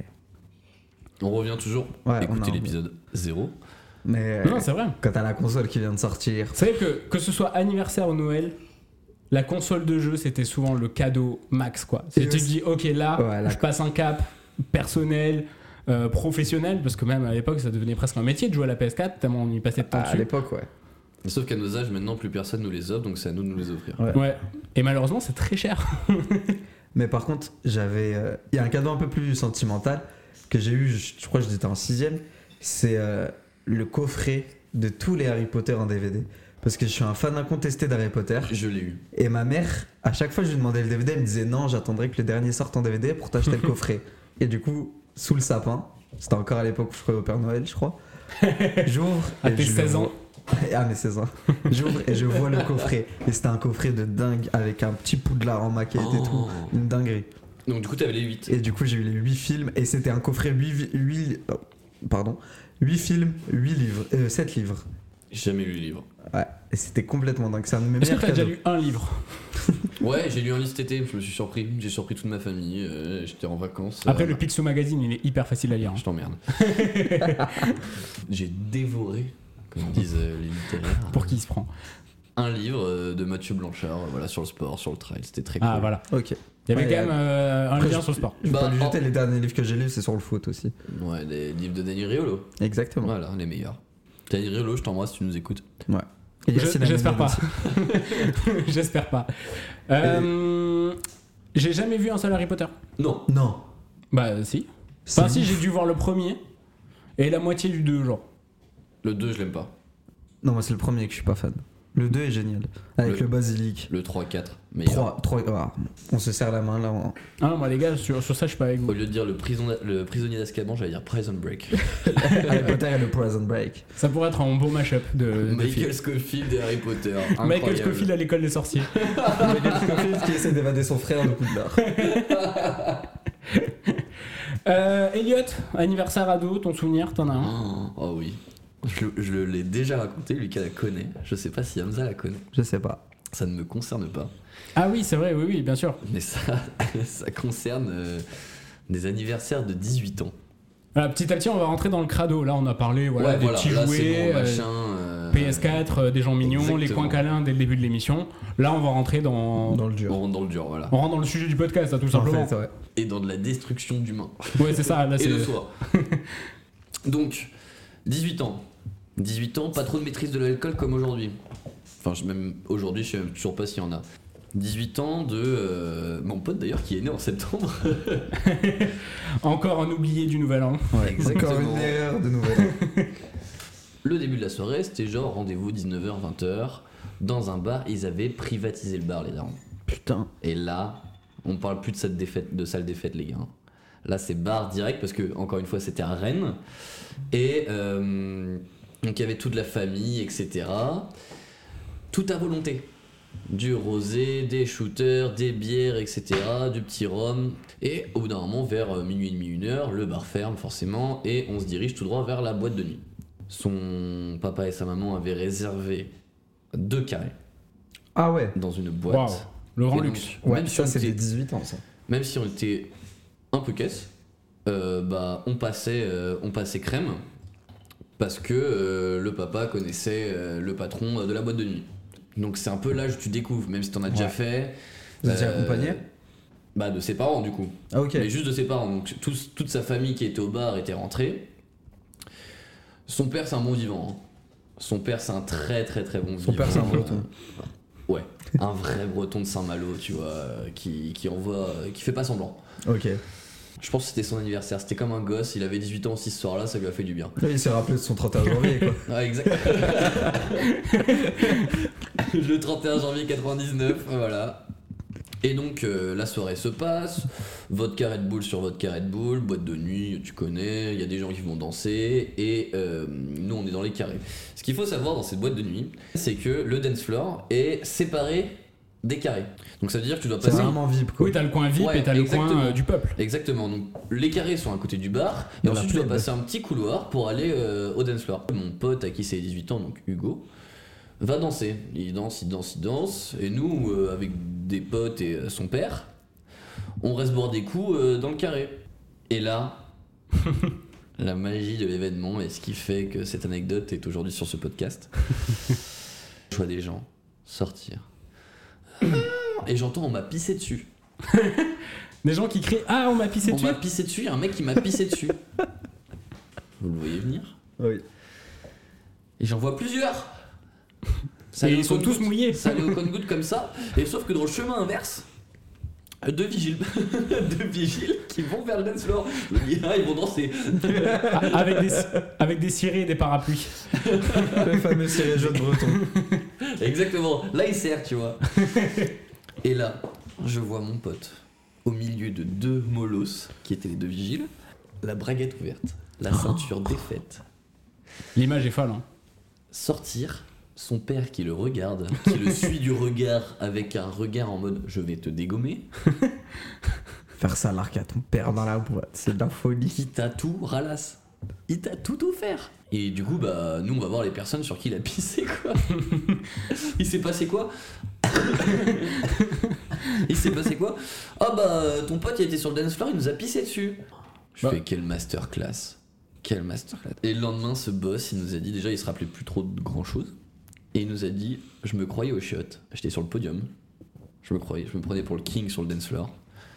On revient toujours. Ouais, on Écoutez a- l'épisode zéro. Mais Non, c'est vrai. quand t'as la console qui vient de sortir. Vous savez que, que ce soit anniversaire ou Noël, la console de jeu, c'était souvent le cadeau max, quoi. C'est Et tu te aussi- dis, ok, là, Ouais, la- je passe un cap personnel, euh, professionnel, parce que même à l'époque, ça devenait presque un métier de jouer à la P S quatre, tellement on y passait de temps Ah, à dessus. l'époque, ouais. Sauf qu'à nos âges, maintenant, plus personne nous les offre, donc c'est à nous de nous les offrir. Ouais. Ouais. Et malheureusement, c'est très cher. Mais par contre, j'avais. euh, Il y a un cadeau un peu plus sentimental que j'ai eu, je, je crois que j'étais en sixième. C'est euh, le coffret de tous les Harry Potter en D V D. Parce que je suis un fan incontesté d'Harry Potter. Je l'ai eu. Et ma mère, à chaque fois que je lui demandais le D V D, elle me disait non, j'attendrai que le dernier sorte en D V D pour t'acheter le coffret. Et du coup, sous le sapin, c'était encore à l'époque où je croyais au Père Noël, je crois. J'ouvre. À et tes je le seize vois- ans. Ah, mes seize ans. J'ouvre et je vois le coffret. Et c'était un coffret de dingue avec un petit poudlard en maquette et tout. Oh. Une dinguerie. Donc du coup, t'avais les huit. Et du coup, j'ai eu les huit films et c'était un coffret huit pardon, huit films, huit livres, euh, sept livres. J'ai jamais lu le livre. Ouais, et c'était complètement dingue. C'est un de mes Est-ce que meilleurs t'as déjà cadeaux. lu un livre? Ouais, j'ai lu un livre cet été, je me suis surpris. J'ai surpris toute ma famille, euh, j'étais en vacances. Après, euh, le Picsou Magazine, il est hyper facile à lire. hein. Je t'emmerde. J'ai dévoré, comme disent euh, les littéraires, Pour qui il se prend? un livre euh, de Mathieu Blanchard, euh, voilà, sur le sport, sur le trail. C'était très cool. Ah, voilà. Ok. Il y avait Ouais, quand même euh, un Après, lien je- sur le sport. Je vais Bah, pas lui en- jeter les derniers livres que j'ai lus, c'est sur le foot aussi. Ouais, les livres de Daniel Riolo. Exactement. Voilà, les meilleurs. Daniel Riolo, je t'embrasse si tu nous écoutes. Ouais. Et Je- Yacine J'espère Amel pas. aussi. J'espère pas. Euh, J'ai jamais vu un seul Harry Potter. Non. Non. Bah, si. C'est Enfin, si, ouf. j'ai dû voir le premier et la moitié du deux, genre. Le deux, je l'aime pas. Non, moi c'est le premier que je suis pas fan. Le deux est génial. Avec Le- le, basilic. Le trois, quatre, meilleur. trois, trois, on se serre la main là. on- Ah non, moi, les gars, sur, sur ça, je suis pas avec Au vous. lieu de dire le, prison, le prisonnier d'Azkaban, j'allais dire Prison Break. Harry Potter et le Prison Break. Ça pourrait être un bon mashup de, de Michael films. Scofield et Harry Potter. Michael Incroyable. Scofield à l'école des sorciers. Michael Scofield qui essaie d'évader son frère de Poudlard. Euh, Elliot, anniversaire ado, ton souvenir, t'en as un? Oh, oh oui. Je, le- je l'ai déjà raconté, Lucas la connaît. Je sais pas si Hamza la connaît. Je sais pas. Ça ne me concerne pas. Ah oui, c'est vrai, oui, oui, bien sûr. Mais ça, ça concerne euh, des anniversaires de dix-huit ans. Voilà, petit à petit, on va rentrer dans le crado. Là, on a parlé voilà, ouais, des voilà. petits Là, c'est jouets, bon, euh, machin. euh, P S quatre, euh, des gens mignons, les Exactement. coins câlins dès le début de l'émission. Là, on va rentrer dans... Dans le dur. On rentre dans le dur, voilà. On rentre dans le sujet du podcast, hein, tout En simplement. fait, ouais. Et dans de la destruction d'humains. Ouais, c'est ça. Là, Et c'est... le soir. Donc, dix-huit ans. dix-huit ans, pas trop de maîtrise de l'alcool comme aujourd'hui. Enfin, je- même aujourd'hui, je sais même toujours pas s'il y en a. dix-huit ans de euh, mon pote d'ailleurs qui est né en septembre. Encore un oublié du nouvel an. Ouais, Exactement. Encore une erreur de nouvelle. Le début de la soirée, c'était genre rendez-vous dix-neuf heures, vingt heures. Dans un bar, ils avaient privatisé le bar, les darons. Putain. Et là, On parle plus de salle défaite, de salle défaite, les gars. Là, c'est bar direct parce que, encore une fois, c'était à Rennes. Et euh, donc, il y avait toute la famille, et cetera. Tout à volonté. Du rosé, des shooters, des bières, et cetera. Du petit rhum. Et au bout d'un moment, vers minuit et demi, une heure, le bar ferme forcément. Et on se dirige tout droit vers la boîte de nuit. Son papa et sa maman avaient réservé deux carrés. Ah ouais. Dans une boîte. Wow. Le grand Et donc, luxe. Ouais, même si ça on c'était était- dix-huit ans ça. Même si on était un peu caisse, euh, bah, on, passait, euh, on passait crème parce que euh, le papa connaissait euh, le patron de la boîte de nuit. Donc c'est un peu l'âge où tu découvres, même si t'en as déjà Ouais. fait. Vous étiez euh, accompagné? Bah de ses parents du coup. Ah ok. Mais juste de ses parents. Donc tous- toute sa famille qui était au bar était rentrée. Son père c'est un bon vivant. hein. Son père c'est un très très très bon Son vivant. père, c'est un breton. Euh, ouais, un vrai breton de Saint-Malo, tu vois, euh, qui, qui envoie, euh, qui fait pas semblant. Ok. Je pense que c'était son anniversaire, c'était comme un gosse, il avait dix-huit ans aussi ce soir-là, ça lui a fait du bien. Là, il s'est rappelé de son trente et un janvier quoi. Ah, exact. Le trente et un janvier quatre-vingt-dix-neuf, voilà. Et donc euh, la soirée se passe, vodka Red Bull sur vodka Red Bull, boîte de nuit, tu connais, il y a des gens qui vont danser et euh, nous on est dans les carrés. Ce qu'il faut savoir dans cette boîte de nuit, c'est que le dance floor est séparé des carrés. Donc ça veut dire que tu dois C'est passer... vraiment V I P quoi. Oui, t'as le coin V I P Ouais, et t'as le coin exactement. euh, du peuple. Exactement, donc les carrés sont à côté du bar, et Dans la ensuite tu dois plèbe. passer un petit couloir pour aller euh, au dance floor. Mon pote à qui c'est dix-huit ans, donc Hugo, va danser. Il danse, il danse, il danse, et nous, euh, avec des potes et euh, son père, on reste boire des coups euh, dans le carré. Et là, la magie de l'événement et ce qui fait que cette anecdote est aujourd'hui sur ce podcast. Je vois des gens sortir. Et j'entends on m'a pissé dessus. Des gens qui crient ah on m'a pissé On dessus. m'a pissé dessus, il y a un mec qui m'a pissé dessus. Vous le voyez venir? Oui. Et j'en vois plusieurs. Et allait ils au sont tous compte-gouttes. mouillés. Ça allait au compte-gouttes comme ça. Et sauf que dans le chemin inverse, deux vigiles, deux vigiles qui vont vers le dance floor. Je me dis, ah, ils vont danser. Ah, avec des avec des cirés et des parapluies. Le fameux ciré jaune breton. Exactement. Là, il sert, tu vois. Et là, je vois mon pote au milieu de deux molosses qui étaient les deux vigiles, la braguette ouverte, la ceinture défaite. L'image est folle. Hein. Sortir, son père qui le regarde, qui le suit du regard avec un regard en mode je vais te dégommer, Faire ça l'arc à ton père dans la boîte, c'est de la folie. qui t'a tout ralasse. Il t'a tout offert. Et du coup, bah, nous on va voir les personnes sur qui il a pissé quoi. Il s'est passé quoi? Il s'est passé quoi? Ah bah, ton pote il était sur le dance floor, il nous a pissé dessus. Je Bah. fais quelle masterclass. Quelle masterclass. Et le lendemain, ce boss, il nous a dit, déjà il se rappelait plus trop de grand chose. Et il nous a dit, je me croyais au shot, j'étais sur le podium. Je me croyais, je me prenais pour le king sur le dance floor.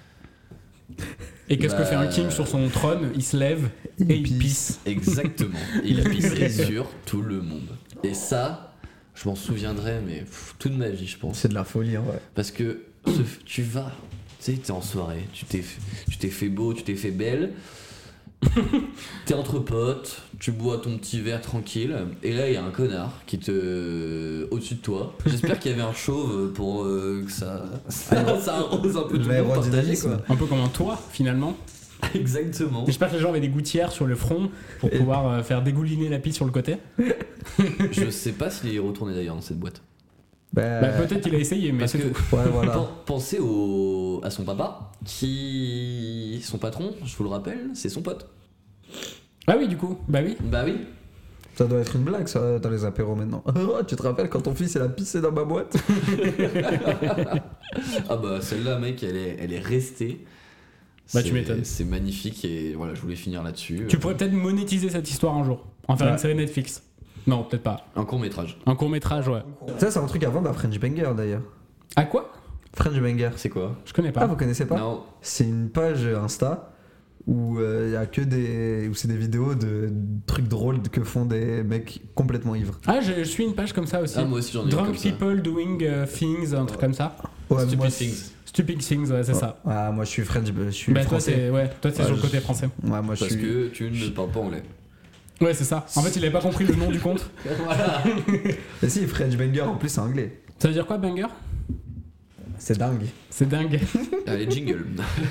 Et qu'est-ce que Bah. fait un king sur son trône? Il se lève et il pisse. pisse. Exactement. Et il a pissé sur tout le monde. Et ça, je m'en souviendrai, mais pff, toute ma vie, je pense. C'est de la folie en vrai. Parce que ce- tu vas, tu sais, t'es en soirée, tu t'es, tu t'es fait beau, tu t'es fait belle. T'es entre potes, tu bois ton petit verre tranquille, et là il y a un connard qui te. Au-dessus de toi. J'espère qu'il y avait un chauve pour euh, que ça. Ça, ça arrose un peu tout le monde, partagé L'aérodynamisme. quoi. Un peu comme un toit finalement. Exactement. J'espère que les gens avaient des gouttières sur le front pour Et- pouvoir euh, faire dégouliner la pisse sur le côté. Je sais pas s'il est retourné d'ailleurs dans cette boîte. Bah, Bah, peut-être qu'il a essayé, mais Parce c'est que. tout. ouais, voilà. Pen- Pensez au, à son papa, qui. Son patron, je vous le rappelle, c'est son pote. Ah oui, du coup, bah oui. Bah oui. Ça doit être une blague ça dans les apéros maintenant. Oh, tu te rappelles quand ton fils il a pissé dans ma boîte? Ah bah celle-là, mec, elle est, elle est restée. Bah, C'est- tu m'étonnes. C'est magnifique et voilà, je voulais finir là-dessus. Tu pourrais peut-être monétiser cette histoire un jour. En faire Ouais. une série Netflix. Non, peut-être pas. Un court métrage. Un court métrage, ouais. Ça c'est un truc à vendre à French Banger d'ailleurs. À quoi? French Banger. C'est quoi? Je connais Ah pas. vous connaissez pas? Non. C'est une page Insta où il y a que des où c'est des vidéos de, de trucs drôles que font des mecs complètement ivres. Ah, je, je suis une page comme ça aussi. Ah, moi aussi j'en ai une Drunk comme ça. people doing uh, things, un truc comme ça. Ouais, Stupid moi, Things. Stupid things, ouais, c'est ça. Ah, moi je suis French, je suis Bah, toi, français. c'est ouais, toi, c'est Ouais, sur le je- côté français. Ouais, moi je Parce suis. que tu ne parles pas anglais. Ouais, c'est ça. En fait, il avait pas compris le nom du compte. Voilà. Et si French Banger en plus c'est anglais. Ça veut dire quoi, banger? C'est dingue. C'est dingue. Allez, jingle.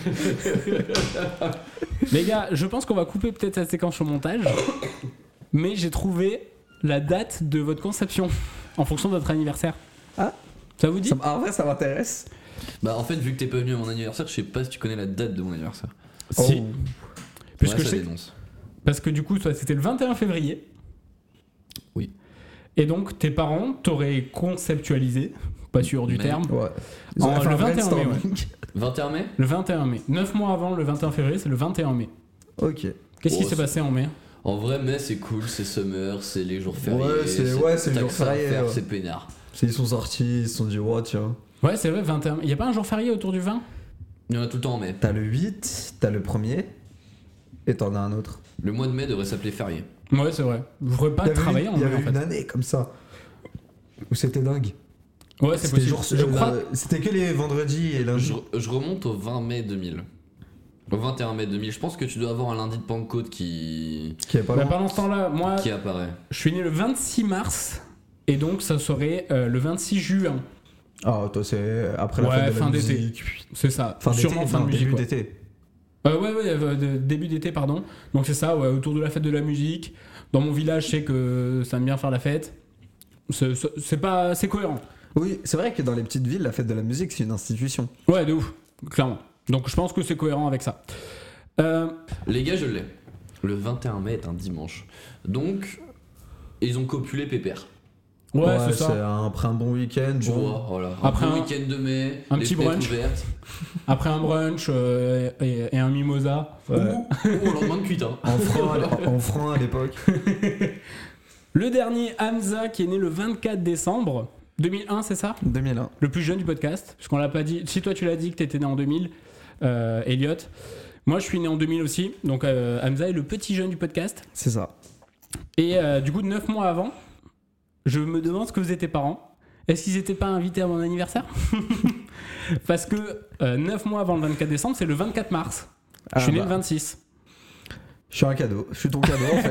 Les gars, je pense qu'on va couper peut-être cette séquence au montage, mais j'ai trouvé la date de votre conception en fonction de votre anniversaire. Ah. Ça vous dit? Ça, en vrai, ça m'intéresse. Bah, en fait, vu que t'es pas venu à mon anniversaire, je sais pas si tu connais la date de mon anniversaire. Si. Oh. Puisque Ouais, je ça sais, dénonce. parce que du coup, toi, c'était le vingt et un février. Oui. Et donc, tes parents t'auraient conceptualisé, pas sûr du Mais- terme, Ouais. En- ont fait le un vingt et un mai, brainstorming. vingt et un mai. le vingt et un mai. Neuf mois avant le vingt et un février, c'est le vingt et un mai. Ok. Qu'est-ce qui Oh, s'est c'est- passé en mai? En vrai, mai c'est cool, c'est summer, c'est les jours fériés. Ouais, c'est- ouais, c'est les t'as jours que ça à fériés, faire, ouais. c'est peinard. C'est- Ils sont sortis, ils se sont dit, ouais, tiens. Ouais, c'est vrai, vingt et un mai. Il y a pas un jour férié autour du vingt? Il y en a tout le temps en mai. T'as le huit, t'as le premier, et t'en as un autre. Le mois de mai devrait s'appeler férié. Ouais, c'est vrai. Je voudrais pas Il y avait travailler une- en Il y mai, avait en une fait. année comme ça. Où c'était dingue. Ouais, c'est C'était possible. jour- Je euh, crois. C'était que les vendredis et lundis. Je, je remonte au vingt mai deux mille. Au vingt et un mai deux mille. Je pense que tu dois avoir un lundi de Pentecôte qui, Qui est pas Bah, loin. pendant ce temps-là, moi, qui apparaît. je suis né le vingt-six mars, et donc ça serait euh, le vingt-six juin. Ah, toi, c'est après la Ouais, fin de la fin d'été. musique. C'est ça. Fin d'été, Sûrement fin non, de musique. début ouais. d'été. Euh, ouais, ouais, euh, de- début d'été, pardon. Donc c'est ça, ouais, autour de la fête de la musique. Dans mon village, je sais que ça aime bien faire la fête. C'est c'est- c'est pas, c'est cohérent. Oui, c'est vrai que dans les petites villes, la fête de la musique, c'est une institution. Ouais, de ouf, clairement. Donc je pense que c'est cohérent avec ça. Euh, Les gars, je l'ai. Le vingt et un mai est un dimanche. Donc, ils ont copulé pépère. ouais, c'est ça. un- après un bon week-end. Tu bon. vois, voilà. Un Après bon un- week-end de mai, un les petit fenêtres brunch. ouvertes. Après un brunch euh, et, et un mimosa. Ouais. Ou, ou au lendemain de cuite. Hein. En franc, à- en franc à l'époque. Le dernier, Hamza, qui est né le vingt-quatre décembre deux mille un, c'est ça? deux mille un. Le plus jeune du podcast. Parce qu'on l'a pas dit. Si toi tu l'as dit que t'étais né en deux mille, euh, Elliot. Moi je suis né en deux mille aussi. Donc euh, Hamza est le petit jeune du podcast. C'est ça. Et euh, du coup, neuf mois avant, je me demande ce que faisaient tes parents. Est-ce qu'ils n'étaient pas invités à mon anniversaire? Parce que euh, neuf mois avant le vingt-quatre décembre, c'est le vingt-quatre mars. Ah, je suis né bah, le vingt-six. Je suis un cadeau. Je suis ton cadeau en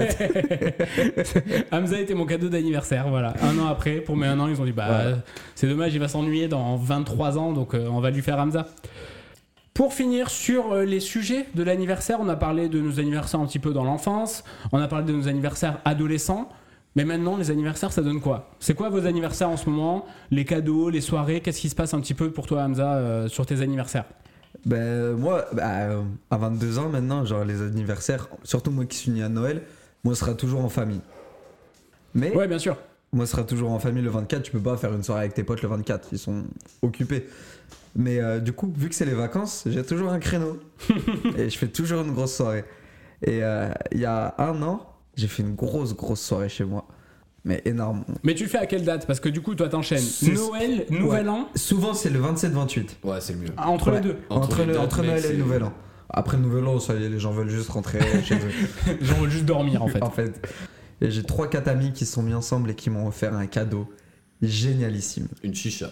fait. Hamza était mon cadeau d'anniversaire, voilà. Un an après, pour mes un an, ils ont dit bah Ouais. c'est dommage, il va s'ennuyer dans vingt-trois ans, donc euh, on va lui faire Hamza. Pour finir sur euh, les sujets de l'anniversaire, on a parlé de nos anniversaires un petit peu dans l'enfance, on a parlé de nos anniversaires adolescents, mais maintenant les anniversaires ça donne quoi? C'est quoi vos anniversaires en ce moment? Les cadeaux, les soirées, qu'est-ce qui se passe un petit peu pour toi Hamza euh, sur tes anniversaires? Ben moi, bah, euh, à vingt-deux ans maintenant, genre les anniversaires, surtout moi qui suis né à Noël, moi ce sera toujours en famille. Mais Ouais, bien sûr. moi ce sera toujours en famille le vingt-quatre, tu peux pas faire une soirée avec tes potes le vingt-quatre, ils sont occupés. Mais euh, du coup, vu que c'est les vacances, j'ai toujours un créneau. Et je fais toujours une grosse soirée. Et euh, il y a un an, j'ai fait une grosse grosse soirée chez moi. Mais énorme. Mais tu le fais à quelle date? Parce que du coup, toi t'enchaînes C'est- Noël, Nouvel Ouais. An, Souvent c'est le vingt-sept vingt-huit. Ouais, c'est le mieux. entre Ouais. les deux. Entre Entre, les le- dates, entre mec, Noël et c'est- le Nouvel An. Après le Nouvel An, ça y est, les gens veulent juste rentrer chez eux. Les gens veulent juste dormir en fait. En fait. Et j'ai trois quatre amis qui se sont mis ensemble et qui m'ont offert un cadeau génialissime. Une chicha.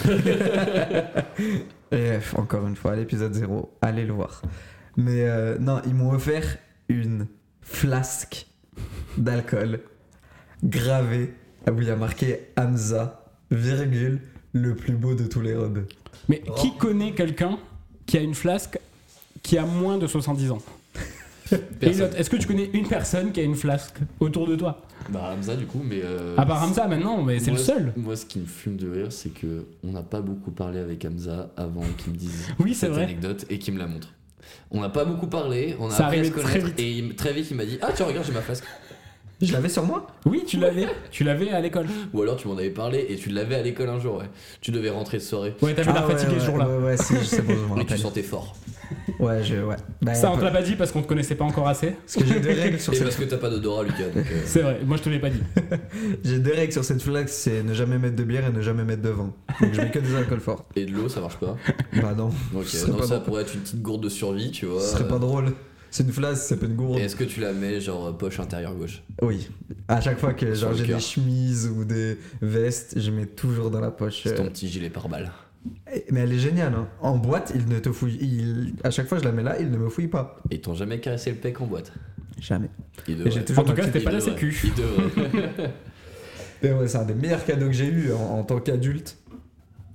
Et bref, encore une fois, l'épisode zéro, allez le voir. Mais euh, non, ils m'ont offert une flasque d'alcool gravée où il y a marqué Hamza, virgule, le plus beau de tous les robes. Mais qui connaît quelqu'un qui a une flasque qui a moins de soixante-dix ans? Elliot, est-ce que tu connais une personne qui a une flasque autour de toi? Bah Hamza du coup, mais... Euh, À part Hamza maintenant, mais c'est le moi, seul. Moi, ce qui me fume de rire, c'est que on n'a pas beaucoup parlé avec Hamza avant qu'il me dise Oui, c'est cette vrai. anecdote et qu'il me la montre. On n'a pas beaucoup parlé, on a Ça appris à se arrivait très connaître vite. et il- très vite il m'a dit ah tiens regarde j'ai ma flasque. Je l'avais sur moi. Oui, tu l'avais. Tu l'avais à l'école. Ou alors tu m'en avais parlé et tu l'avais à l'école un jour ouais. Tu devais rentrer de soirée Ouais, t'avais l'air Ah ouais, fatigué ouais, ce jour-là. Ouais, ouais, si, je sais pas, je me et tu rappelle. sentais fort. Ouais, je, ouais. Bah, Ça, on te peu- l'a pas dit parce qu'on te connaissait pas encore assez. Parce que j'ai deux règles sur Et cette parce que t'as pas d'odorat Lucas donc, euh, C'est vrai, moi je te l'ai pas dit. J'ai deux règles sur cette flasque, c'est ne jamais mettre de bière et ne jamais mettre de vin. Donc je mets que des alcools forts. Et de l'eau ça marche pas. Bah non, Ok, Ce serait non pas ça drôle. pourrait être une petite gourde de survie tu vois. ce serait pas drôle. C'est une flasque, c'est pas une gourde. Et est-ce que tu la mets genre poche intérieure gauche? Oui. À chaque fois que Sur genre, le j'ai cœur. des chemises ou des vestes, je mets toujours dans la poche. C'est euh, ton petit gilet pare-balles. et- Mais elle est géniale. Hein. En boîte, il ne te fouille. Il... À chaque fois que je la mets là, il ne me fouille pas. Et ils t'ont jamais caressé le pec en boîte. Jamais. Ils Et j'ai devraient. toujours En tout ma cas, petite- c'était pas la Ils devraient. sécu. Ils devraient. Et ouais, c'est un des meilleurs cadeaux que j'ai eu en, en tant qu'adulte.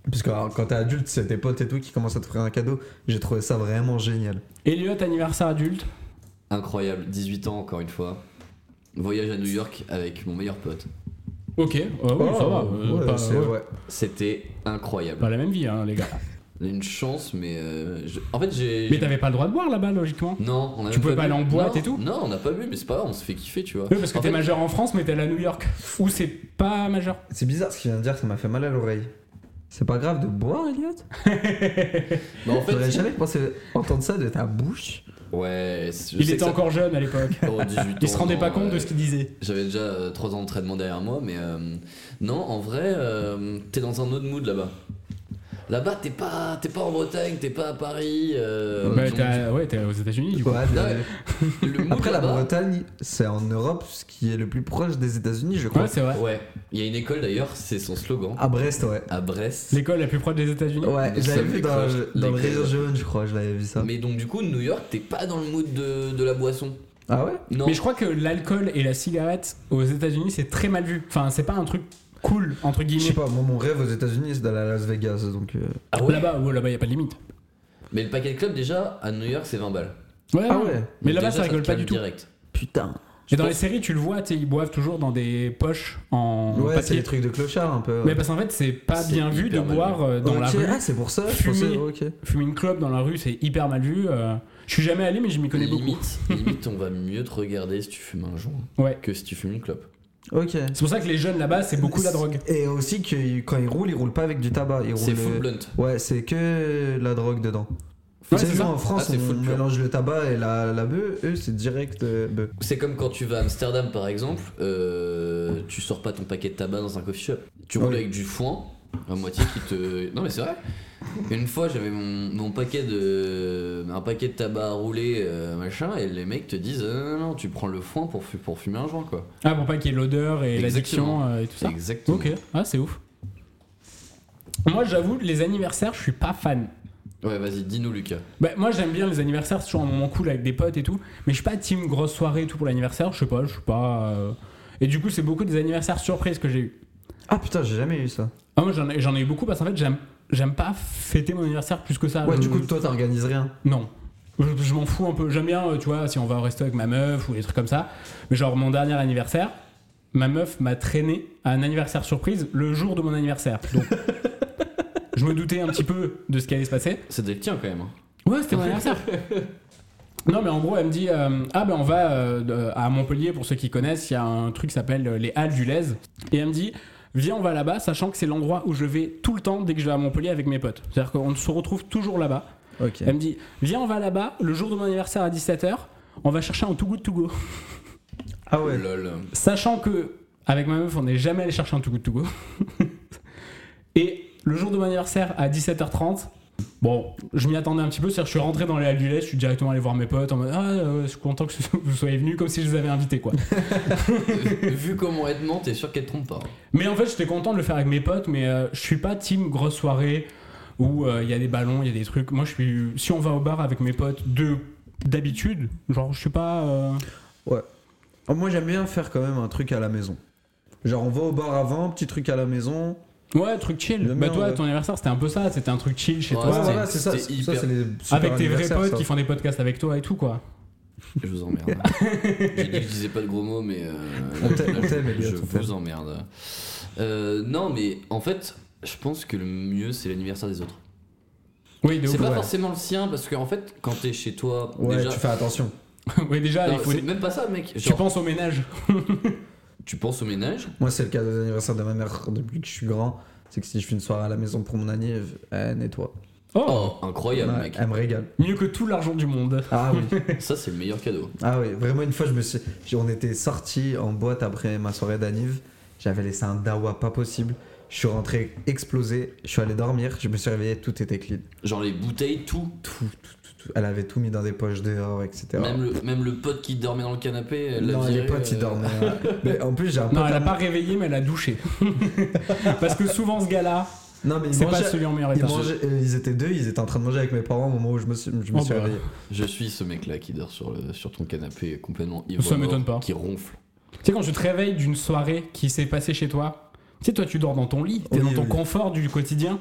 Parce que alors, quand t'es adulte, c'est tes potes et tout qui commencent à te faire un cadeau. J'ai trouvé ça vraiment génial. Elliot, anniversaire adulte. Incroyable, dix-huit ans encore une fois. Voyage à New York avec mon meilleur pote. Ok, euh, oui, ça va. euh, ouais, pas, c'est ouais. ouais. C'était incroyable. Pas la même vie, hein, les gars. Une chance, mais euh, je- en fait j'ai. Mais j'ai- t'avais pas le droit de boire là-bas, logiquement. Non, on a Tu même pouvais pas bu. aller en boîte Non, et tout Non, on n'a pas bu, mais c'est pas grave, on se fait kiffer, tu vois. Oui, parce que En t'es fait, majeur en France, mais t'es allé à New York. Ou c'est pas majeur. C'est bizarre ce qu'il vient de dire, ça m'a fait mal à l'oreille. C'est pas grave de boire, Elliot? bah, en fait, J'aurais jamais pensé entendre ça de ta bouche. ouais. je Il sais était que ça- encore jeune à l'époque. Oh, dix-huit Il se ans, rendait non, pas compte ouais. de ce qu'il disait. J'avais déjà trois ans d'entraînement derrière moi, mais euh, non, en vrai, euh, t'es dans un autre mood là-bas. Là-bas, t'es pas, t'es pas en Bretagne, t'es pas à Paris. Euh, Bah, donc, t'as- ouais, t'es aux États-Unis du coup. Ouais, Ouais. mais- le mood Après, la là-bas- Bretagne, c'est en Europe, ce qui est le plus proche des États-Unis, je crois. Ouais, c'est vrai. Ouais, il y a une école d'ailleurs, c'est son slogan. À Brest, ouais. À Brest. L'école la plus proche des États-Unis. Ouais, Nous je l'avais sommes vu les dans, cloches, dans le les Rayon cloches. jaune, je crois, je l'avais vu ça. Mais donc, du coup, New York, t'es pas dans le mood de, de la boisson. Ah ouais? Non. Mais je crois que l'alcool et la cigarette aux États-Unis, c'est très mal vu. Enfin, c'est pas un truc cool, entre Je sais guillemets. pas, moi mon rêve aux États-Unis c'est d'aller à Las Vegas, donc. euh, Ah ouais. Là-bas, ouais, là-bas, y a pas de limite. Mais le paquet de club, déjà, à New York, c'est vingt balles. Ouais, Ah non. ouais. Mais Donc là-bas, déjà, ça rigole te pas calme du tout. Direct. Putain. Et dans Je les pense- séries, tu le vois, tu sais, ils boivent toujours dans des poches en Ouais, c'est papier. les trucs de clochard un peu. Mais parce qu'en fait, c'est pas C'est bien vu de hyper mal boire euh, dans Ok, la rue. ah, c'est pour ça, je Fumer. pensais, ok. Fumer une clope dans la rue, c'est hyper mal vu. euh. Je suis jamais allé, mais je m'y connais beaucoup. Limite, limite, on va mieux te regarder si tu fumes un joint Ouais. que si tu fumes une clope. Ok. C'est pour ça que les jeunes là-bas, c'est beaucoup la drogue. Et aussi que quand ils roulent, ils roulent pas avec du tabac. Ils C'est roulent, full euh, blunt. Ouais, c'est que la drogue dedans. Ouais, Tu sais, c'est nous, ça. en France, Ah, c'est on full pur. mélange le tabac et la, la bœuf. Eux, c'est direct euh, bœuf. C'est comme quand tu vas à Amsterdam par exemple, euh, tu sors pas ton paquet de tabac dans un coffee shop. Tu roules Ouais. avec du foin, à moitié qui te. Non mais c'est vrai. Une fois j'avais mon, mon paquet de. un paquet de tabac à rouler, euh, machin, et les mecs te disent euh, non, non, tu prends le foin pour, fu- pour fumer un joint quoi. Ah, pour pas qu'il y ait l'odeur et l'addiction Exactement. euh, et tout ça. Exactement. Ok, ah, c'est ouf. Moi, j'avoue, les anniversaires, je suis pas fan. Ouais, vas-y, dis-nous Lucas. Bah, moi, j'aime bien les anniversaires, c'est toujours un moment cool avec des potes et tout. Mais je suis pas team grosse soirée et tout pour l'anniversaire, je sais pas, je suis pas. euh, Et du coup, c'est beaucoup des anniversaires surprises que j'ai eu. Ah putain, j'ai jamais eu ça. Ah, moi, j'en ai, j'en ai eu beaucoup parce qu'en fait, j'aime, j'aime pas fêter mon anniversaire plus que ça. Ouais, Je- du coup, toi, t'organises rien. Non. Je, je m'en fous un peu. J'aime bien, euh, tu vois, si on va au resto avec ma meuf ou des trucs comme ça. Mais genre, mon dernier anniversaire, ma meuf m'a traîné à un anniversaire surprise le jour de mon anniversaire. Donc, je me doutais un petit peu de ce qui allait se passer. C'était le tien quand même. hein. Ouais, c'était mon anniversaire. Non, mais en gros, elle me dit euh, ah ben on va euh, de- à Montpellier, pour ceux qui connaissent, il y a un truc qui s'appelle euh, les Halles du Lez. Et elle me dit viens, on va là-bas, sachant que c'est l'endroit où je vais tout le temps dès que je vais à Montpellier avec mes potes. C'est-à-dire qu'on se retrouve toujours là-bas. Ok. Elle me dit viens, on va là-bas, le jour de mon anniversaire à dix-sept heures, on va chercher un Too Good To Go. Ah ouais. Lol. Sachant que, avec ma meuf, on n'est jamais allé chercher un Too Good To Go. Et le jour de mon anniversaire à dix-sept heures trente, bon, je m'y attendais un petit peu, c'est-à-dire que je suis rentré dans les Halles du Lez, je suis directement allé voir mes potes en mode ah, euh, je suis content que vous soyez venus, comme si je les avais invités quoi. Vu comment elle te ment, t'es sûr qu'elle te trompe pas. Mais en fait, j'étais content de le faire avec mes potes, mais euh, je suis pas team grosse soirée où il y a des ballons, il y a des trucs. Moi, je suis. Si on va au bar avec mes potes de d'habitude, genre, je suis pas. euh, Oh, moi, j'aime bien faire quand même un truc à la maison. Genre, on va au bar avant, petit truc à la maison. Ouais, truc chill. J'aime Bah, bien, toi, ouais. ton anniversaire, c'était un peu ça, c'était un truc chill chez Ouais, toi. Ouais, c'était- voilà, c'est ça. c'était Ça, hyper- c'est les super Avec tes vrais anniversaires, potes ça. qui font des podcasts avec toi et tout, quoi. Je vous emmerde. J'ai dit que je disais pas de gros mots, mais. euh, On t'aime, on t'aime, je Elliot, on t'aime. vous emmerde. Euh, non, mais en fait, je pense que le mieux, c'est l'anniversaire des autres. Oui, de C'est ouf. pas ouais. forcément le sien, parce qu'en fait, quand t'es chez toi, Ouais, déjà. tu fais attention. Oui, déjà, Non, il faut. c'est même pas ça, mec. Tu Genre, penses au ménage. tu penses au ménage. Moi, c'est le cas des anniversaires de ma mère depuis que je suis grand. C'est que si je fais une soirée à la maison pour mon anniv, elle nettoie. Oh, Oh, incroyable, Ouais, mec. elle me régale. mieux que tout l'argent du monde. Ah oui. Ça, c'est le meilleur cadeau. Ah oui, vraiment une fois, je me suis... on était sortis en boîte après ma soirée d'anniv. J'avais laissé un dawa pas possible. Je suis rentré explosé. Je suis allé dormir. Je me suis réveillé, tout était clean. Genre les bouteilles, tout. Tout, tout, tout, tout. Elle avait tout mis dans des poches dehors, et cetera. Même le, même le pote qui dormait dans le canapé, elle l'a Non, viré, les potes, ils euh, dormaient. hein. Mais en plus, j'ai un pote. Non, elle à a moi- pas réveillé, mais elle a douché. Parce que souvent, ce gars-là, Non, mais ils c'est pas mangeaient- celui en meilleur Ils, état. mangeaient- euh, ils étaient deux, ils étaient en train de manger avec mes parents au moment où je me suis, je me Oh, suis bah. réveillé. Je suis ce mec-là qui dort sur, le, sur ton canapé complètement ivre. Ça mort, m'étonne pas. Qui ronfle. Tu sais, quand tu te réveilles d'une soirée qui s'est passée chez toi, tu sais, toi, tu dors dans ton lit, t'es Oui, dans ton oui. confort du quotidien.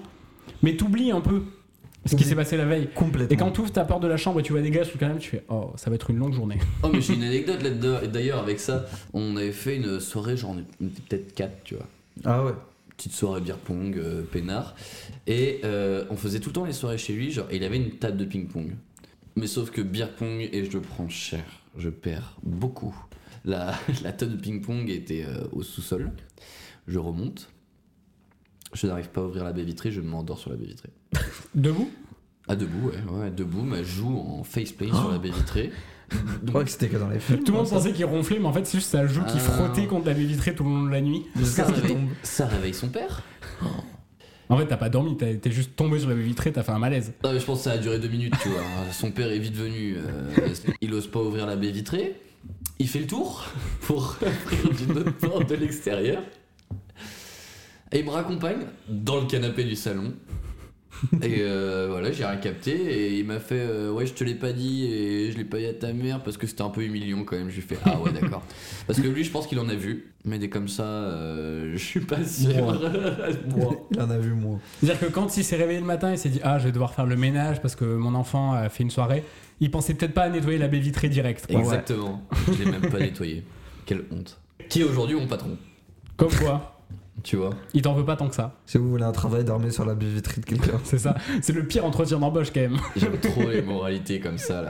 Mais t'oublies un peu ce qui s'est passé la veille. Complètement. Et quand tu ouvres ta porte de la chambre et tu vois des gars sous le canapé, tu fais oh, ça va être une longue journée. Oh, mais j'ai une anecdote là-dedans. Et d'ailleurs, avec ça, on avait fait une soirée, genre, on était peut-être quatre, tu vois. Ah ouais. Petite soirée beer pong, euh, peinard. Et euh, on faisait tout le temps les soirées chez lui, genre, et il avait une table de ping-pong. Mais sauf que beer pong, et je le prends cher, je perds beaucoup. La, la table de ping-pong était euh, au sous-sol. Je remonte. Je n'arrive pas à ouvrir la baie vitrée, je m'endors sur la baie vitrée. Debout? Ah, debout, ouais, ouais, debout, mais je joue en faceplay oh. sur la baie vitrée. Je crois que c'était que dans les films. Tout le monde pensait qu'il ronflait, mais en fait, c'est juste sa joue qui ah. frottait contre la baie vitrée tout le long de la nuit. Ça, réveille, ça réveille son père. En fait, t'as pas dormi, t'es t'es juste tombé sur la baie vitrée, t'as fait un malaise. Non, mais je pense que ça a duré deux minutes, tu vois. Son père est vite venu, euh, il ose pas ouvrir la baie vitrée. Il fait le tour pour ouvrir d'une autre porte de l'extérieur. Et il me raccompagne dans le canapé du salon. Et euh, voilà, j'ai rien capté. Et il m'a fait euh, ouais, je te l'ai pas dit et je l'ai pas dit à ta mère parce que c'était un peu humiliant quand même. Je lui ai fait ah ouais, d'accord. Parce que lui, je pense qu'il en a vu. Mais des comme ça, euh, je suis pas sûr. Moi. Il en a vu moins. C'est-à-dire que quand il s'est réveillé le matin, il s'est dit ah, je vais devoir faire le ménage parce que mon enfant a fait une soirée. Il pensait peut-être pas à nettoyer la baie vitrée direct. Quoi. Exactement. Ouais. Je l'ai même pas nettoyé. Quelle honte. Qui est aujourd'hui mon patron. Comme quoi. Tu vois. Il t'en veut pas tant que ça. Si vous voulez un travail, dormez sur la baie vitrée de quelqu'un. C'est ça. C'est le pire entretien d'embauche quand même. J'aime trop les moralités comme ça là.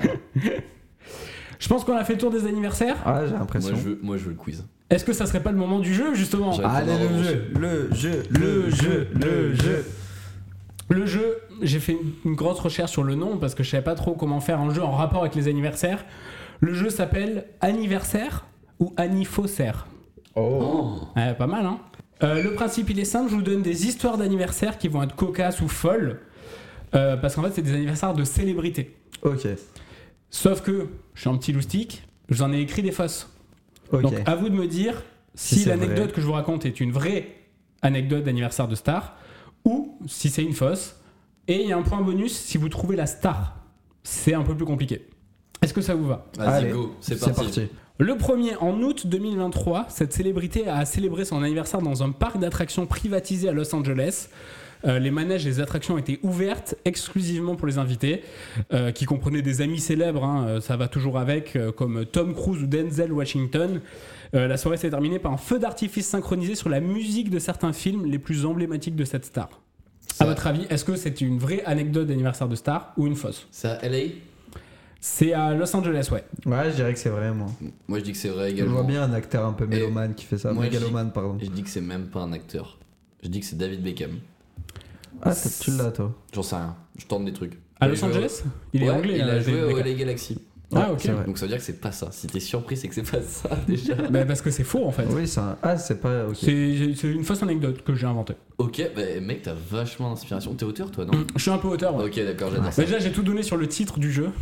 Je pense qu'on a fait le tour des anniversaires. Ah, j'ai l'impression. Moi je veux, moi, je veux le quiz. Est-ce que ça serait pas le moment du jeu justement? Allez, le jeu, le jeu, le jeu, le jeu. Le jeu, j'ai fait une grosse recherche sur le nom parce que je savais pas trop comment faire un jeu en rapport avec les anniversaires. Le jeu s'appelle Anniversaire ou Anniversaire. Oh. Ouais, pas mal, hein. Euh, le principe, il est simple. Je vous donne des histoires d'anniversaires qui vont être cocasses ou folles. Euh, parce qu'en fait, c'est des anniversaires de célébrités. Ok. Sauf que je suis un petit loustic, je vous en ai écrit des fausses. Okay. Donc, à vous de me dire si, si l'anecdote vrai. que je vous raconte est une vraie anecdote d'anniversaire de star ou si c'est une fausse. Et il y a un point bonus si vous trouvez la star. C'est un peu plus compliqué. Est-ce que ça vous va? Vas-y, Allez, go, c'est parti. parti. Le premier, en août deux mille vingt-trois, cette célébrité a célébré son anniversaire dans un parc d'attractions privatisé à Los Angeles. Euh, les manèges et les attractions étaient ouvertes exclusivement pour les invités, euh, qui comprenaient des amis célèbres, hein, ça va toujours avec, euh, comme Tom Cruise ou Denzel Washington. Euh, la soirée s'est terminée par un feu d'artifice synchronisé sur la musique de certains films les plus emblématiques de cette star. Ça. À votre avis, est-ce que c'est une vraie anecdote d'anniversaire de star ou une fausse? C'est à L A? C'est à Los Angeles, ouais. Ouais, je dirais que c'est vrai, moi. Moi, je dis que c'est vrai également. Je vois bien un acteur un peu mélomane qui fait ça. Moi, mégalomane, je pardon. Je dis que c'est même pas un acteur. Je dis que c'est David Beckham. Ah, tu l'as, toi? J'en sais rien. Je tente des trucs. À Los Angeles? Il est ouais, anglais. Il là, a joué au L A Galaxy. Ah, ok. Donc ça veut dire que c'est pas ça. Si t'es surpris, c'est que c'est pas ça déjà. Bah, parce que c'est faux en fait. Oui, c'est un... Ah, c'est pas. Okay. C'est, c'est une fausse anecdote que j'ai inventée. Ok, bah mec, t'as vachement d'inspiration. T'es auteur, toi, non? Je suis un peu auteur. Ouais. Ok, d'accord, j'adore ça. Déjà, j'ai tout donné sur le titre du jeu.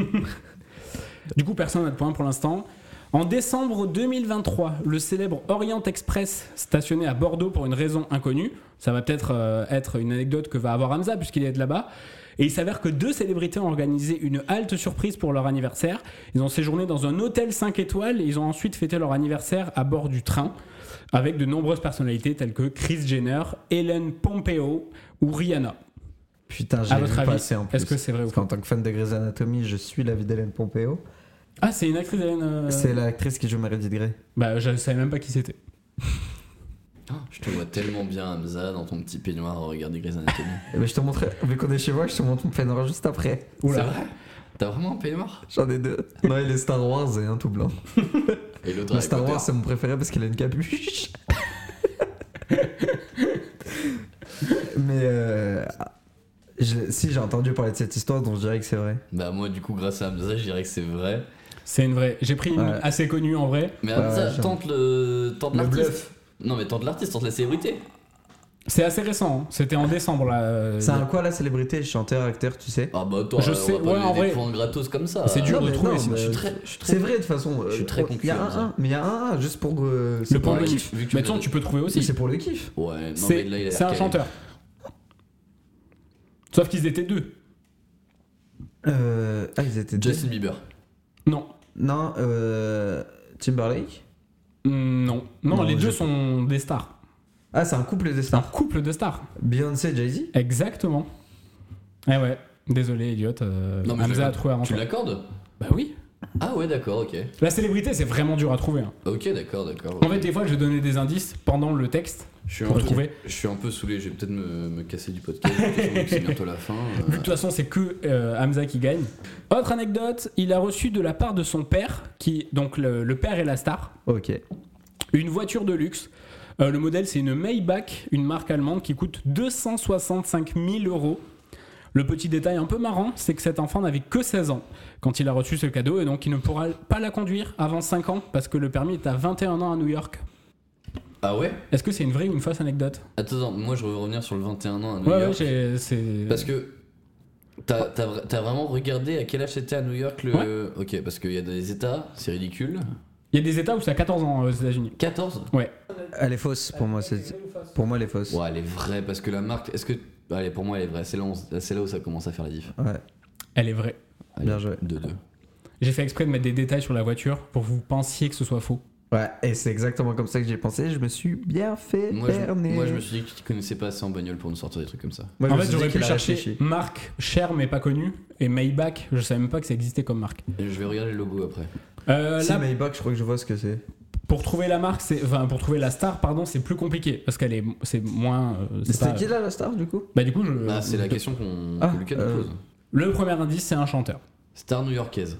Du coup, personne n'a de point pour l'instant. En décembre deux mille vingt-trois, le célèbre Orient Express stationnait à Bordeaux pour une raison inconnue. Ça va peut-être euh, être une anecdote que va avoir Hamza puisqu'il est de là-bas. Et il s'avère que deux célébrités ont organisé une halte surprise pour leur anniversaire. Ils ont séjourné dans un hôtel cinq étoiles et ils ont ensuite fêté leur anniversaire à bord du train avec de nombreuses personnalités telles que Kris Jenner, Ellen Pompeo ou Rihanna. Putain, j'ai vu passer en plus. Est-ce que c'est vrai ou pas? En tant que fan de Grey's Anatomy, je suis la vie d'Ellen Pompeo. Ah, c'est une actrice Ellen euh... C'est l'actrice qui joue Meredith Grey. Bah, je savais même pas qui c'était. Oh, je te vois tellement bien, Hamza, dans ton petit peignoir à regarder Grey's Anatomy. Mais je te montrerai, vu qu'on est chez moi, je te montre mon peignoir juste après. Oula. C'est vrai? T'as vraiment un peignoir? J'en ai deux. Non, il est Star Wars et un tout blanc. Et l'autre Le Star Wars, c'est mon préféré parce qu'il a une capuche. Mais euh, je, si j'ai entendu parler de cette histoire, donc je dirais que c'est vrai. Bah moi, du coup, grâce à Hamza, je dirais que c'est vrai. C'est une vraie. J'ai pris une ouais. assez connue en vrai. Mais Hamza, ouais, tente le, tente le l'artiste. Bluff. Non, mais tente l'artiste, tente la célébrité. C'est assez récent, hein. C'était en décembre là. C'est un quoi la célébrité? Chanteur, acteur, tu sais? Ah bah toi, je on sais, va pas ouais, en des vrai. points gratos comme ça. C'est dur non, de trouver. Non, je suis très, je suis très c'est vrai de toute façon. Je suis très Il y a un, un, mais il y a un, un juste pour euh, le point de kiff. kiff. Mais tu peux trouver aussi. C'est pour le kiff. Ouais. Non, c'est mais là, il a c'est un chanteur. Sauf qu'ils étaient deux. Euh, ah, ils étaient deux. Justin Bieber. Non. Non. Euh, Timberlake. Non. Non, non les deux sont des stars. Ah, c'est un couple de C'est un stars. couple de stars. Beyoncé, Jay-Z. Exactement. Eh ouais, désolé, idiote. Euh, Non, mais je Hamza a l'accorde. trouvé avant Tu toi. l'accordes? Bah oui. Ah ouais, d'accord, ok. La célébrité, c'est vraiment dur à trouver. hein. Ok, d'accord, d'accord. En fait, des fois, je vais donner des indices pendant le texte je suis, un pour le peu, trouver. je suis un peu saoulé, je vais peut-être me, me casser du podcast. De toute façon, vu que c'est bientôt la fin. Vu euh, que de toute façon, c'est que euh, Hamza qui gagne. Autre anecdote, il a reçu de la part de son père, qui donc le, le père est la star, Ok. une voiture de luxe. Euh, le modèle, c'est une Maybach, une marque allemande qui coûte deux cent soixante-cinq mille euros. Le petit détail un peu marrant, c'est que cet enfant n'avait que seize ans quand il a reçu ce cadeau et donc il ne pourra pas la conduire avant cinq ans parce que le permis est à vingt et un ans à New York. Ah ouais? Est-ce que c'est une vraie ou une fausse anecdote? Attends, attends, moi je veux revenir sur le vingt et un ans à New Ouais, ouais, York. j'ai- c'est. Parce que t'as, t'as, vra- t'as vraiment regardé à quel âge c'était à New York le. Ouais. Ok, parce qu'il y a des états, c'est ridicule. Il y a des états où c'est à quatorze ans euh, aux États-Unis. quatorze? Ouais. Elle est fausse pour moi. C'est... Pour moi, elle est fausse. Ouais, elle est vraie parce que la marque. Est-ce que. Allez, pour moi elle est vraie. C'est là, où on- c'est là où ça commence à faire la diff. Ouais. Elle est vraie. Allez, Bien joué. deux deux. J'ai fait exprès de mettre des détails sur la voiture pour que vous pensiez que ce soit faux. Ouais, et c'est exactement comme ça que j'ai pensé. Je me suis bien fait Moi je, berner. moi je me suis dit que tu t'y connaissais pas assez en bagnole pour nous sortir des trucs comme ça. Moi, je en me fait, suis j'aurais dit pu qu'il a chercher réfléchi. marque chère mais pas connue et Maybach, je savais même pas que ça existait comme marque. Et je vais regarder le logo après. Euh, Si, là, Maybach, je crois que je vois ce que c'est. pour trouver la marque, c'est enfin pour trouver la star, pardon, c'est plus compliqué parce qu'elle est c'est moins. euh, c'est C'était pas- qui là, la star, du coup? Bah du coup, je... Bah, c'est la question qu'on, Ah, que Lucas nous euh, pose. Le premier indice, c'est un chanteur. Star new-yorkaise.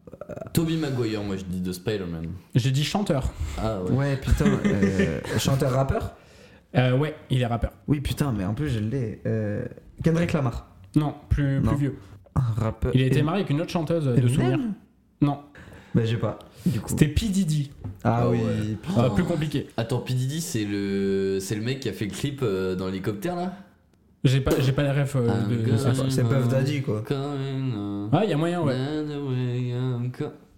Tobey Maguire, moi je dis de Spider-Man. J'ai dit chanteur. Ah ouais. Ouais, putain. euh, chanteur-rappeur? Euh, ouais, il est rappeur. Oui, putain, mais en plus, je l'ai. Euh, Kendrick Lamar. Non, plus, Non. plus vieux. Un rappeur. Il a été Et- marié avec une autre chanteuse de Eminem souvenirs. Non, Bah, j'ai pas. Du coup. c'était P. Diddy. Ah Ah oui, ouais. putain. Euh, plus compliqué. Attends, P. Diddy, c'est le... c'est le mec qui a fait le clip euh, dans l'hélicoptère là? J'ai pas, j'ai pas les refs euh, Ah, de, de gars. ça. C'est Puff Daddy, quoi. Coming, Ah, il y a moyen, ouais. ouais.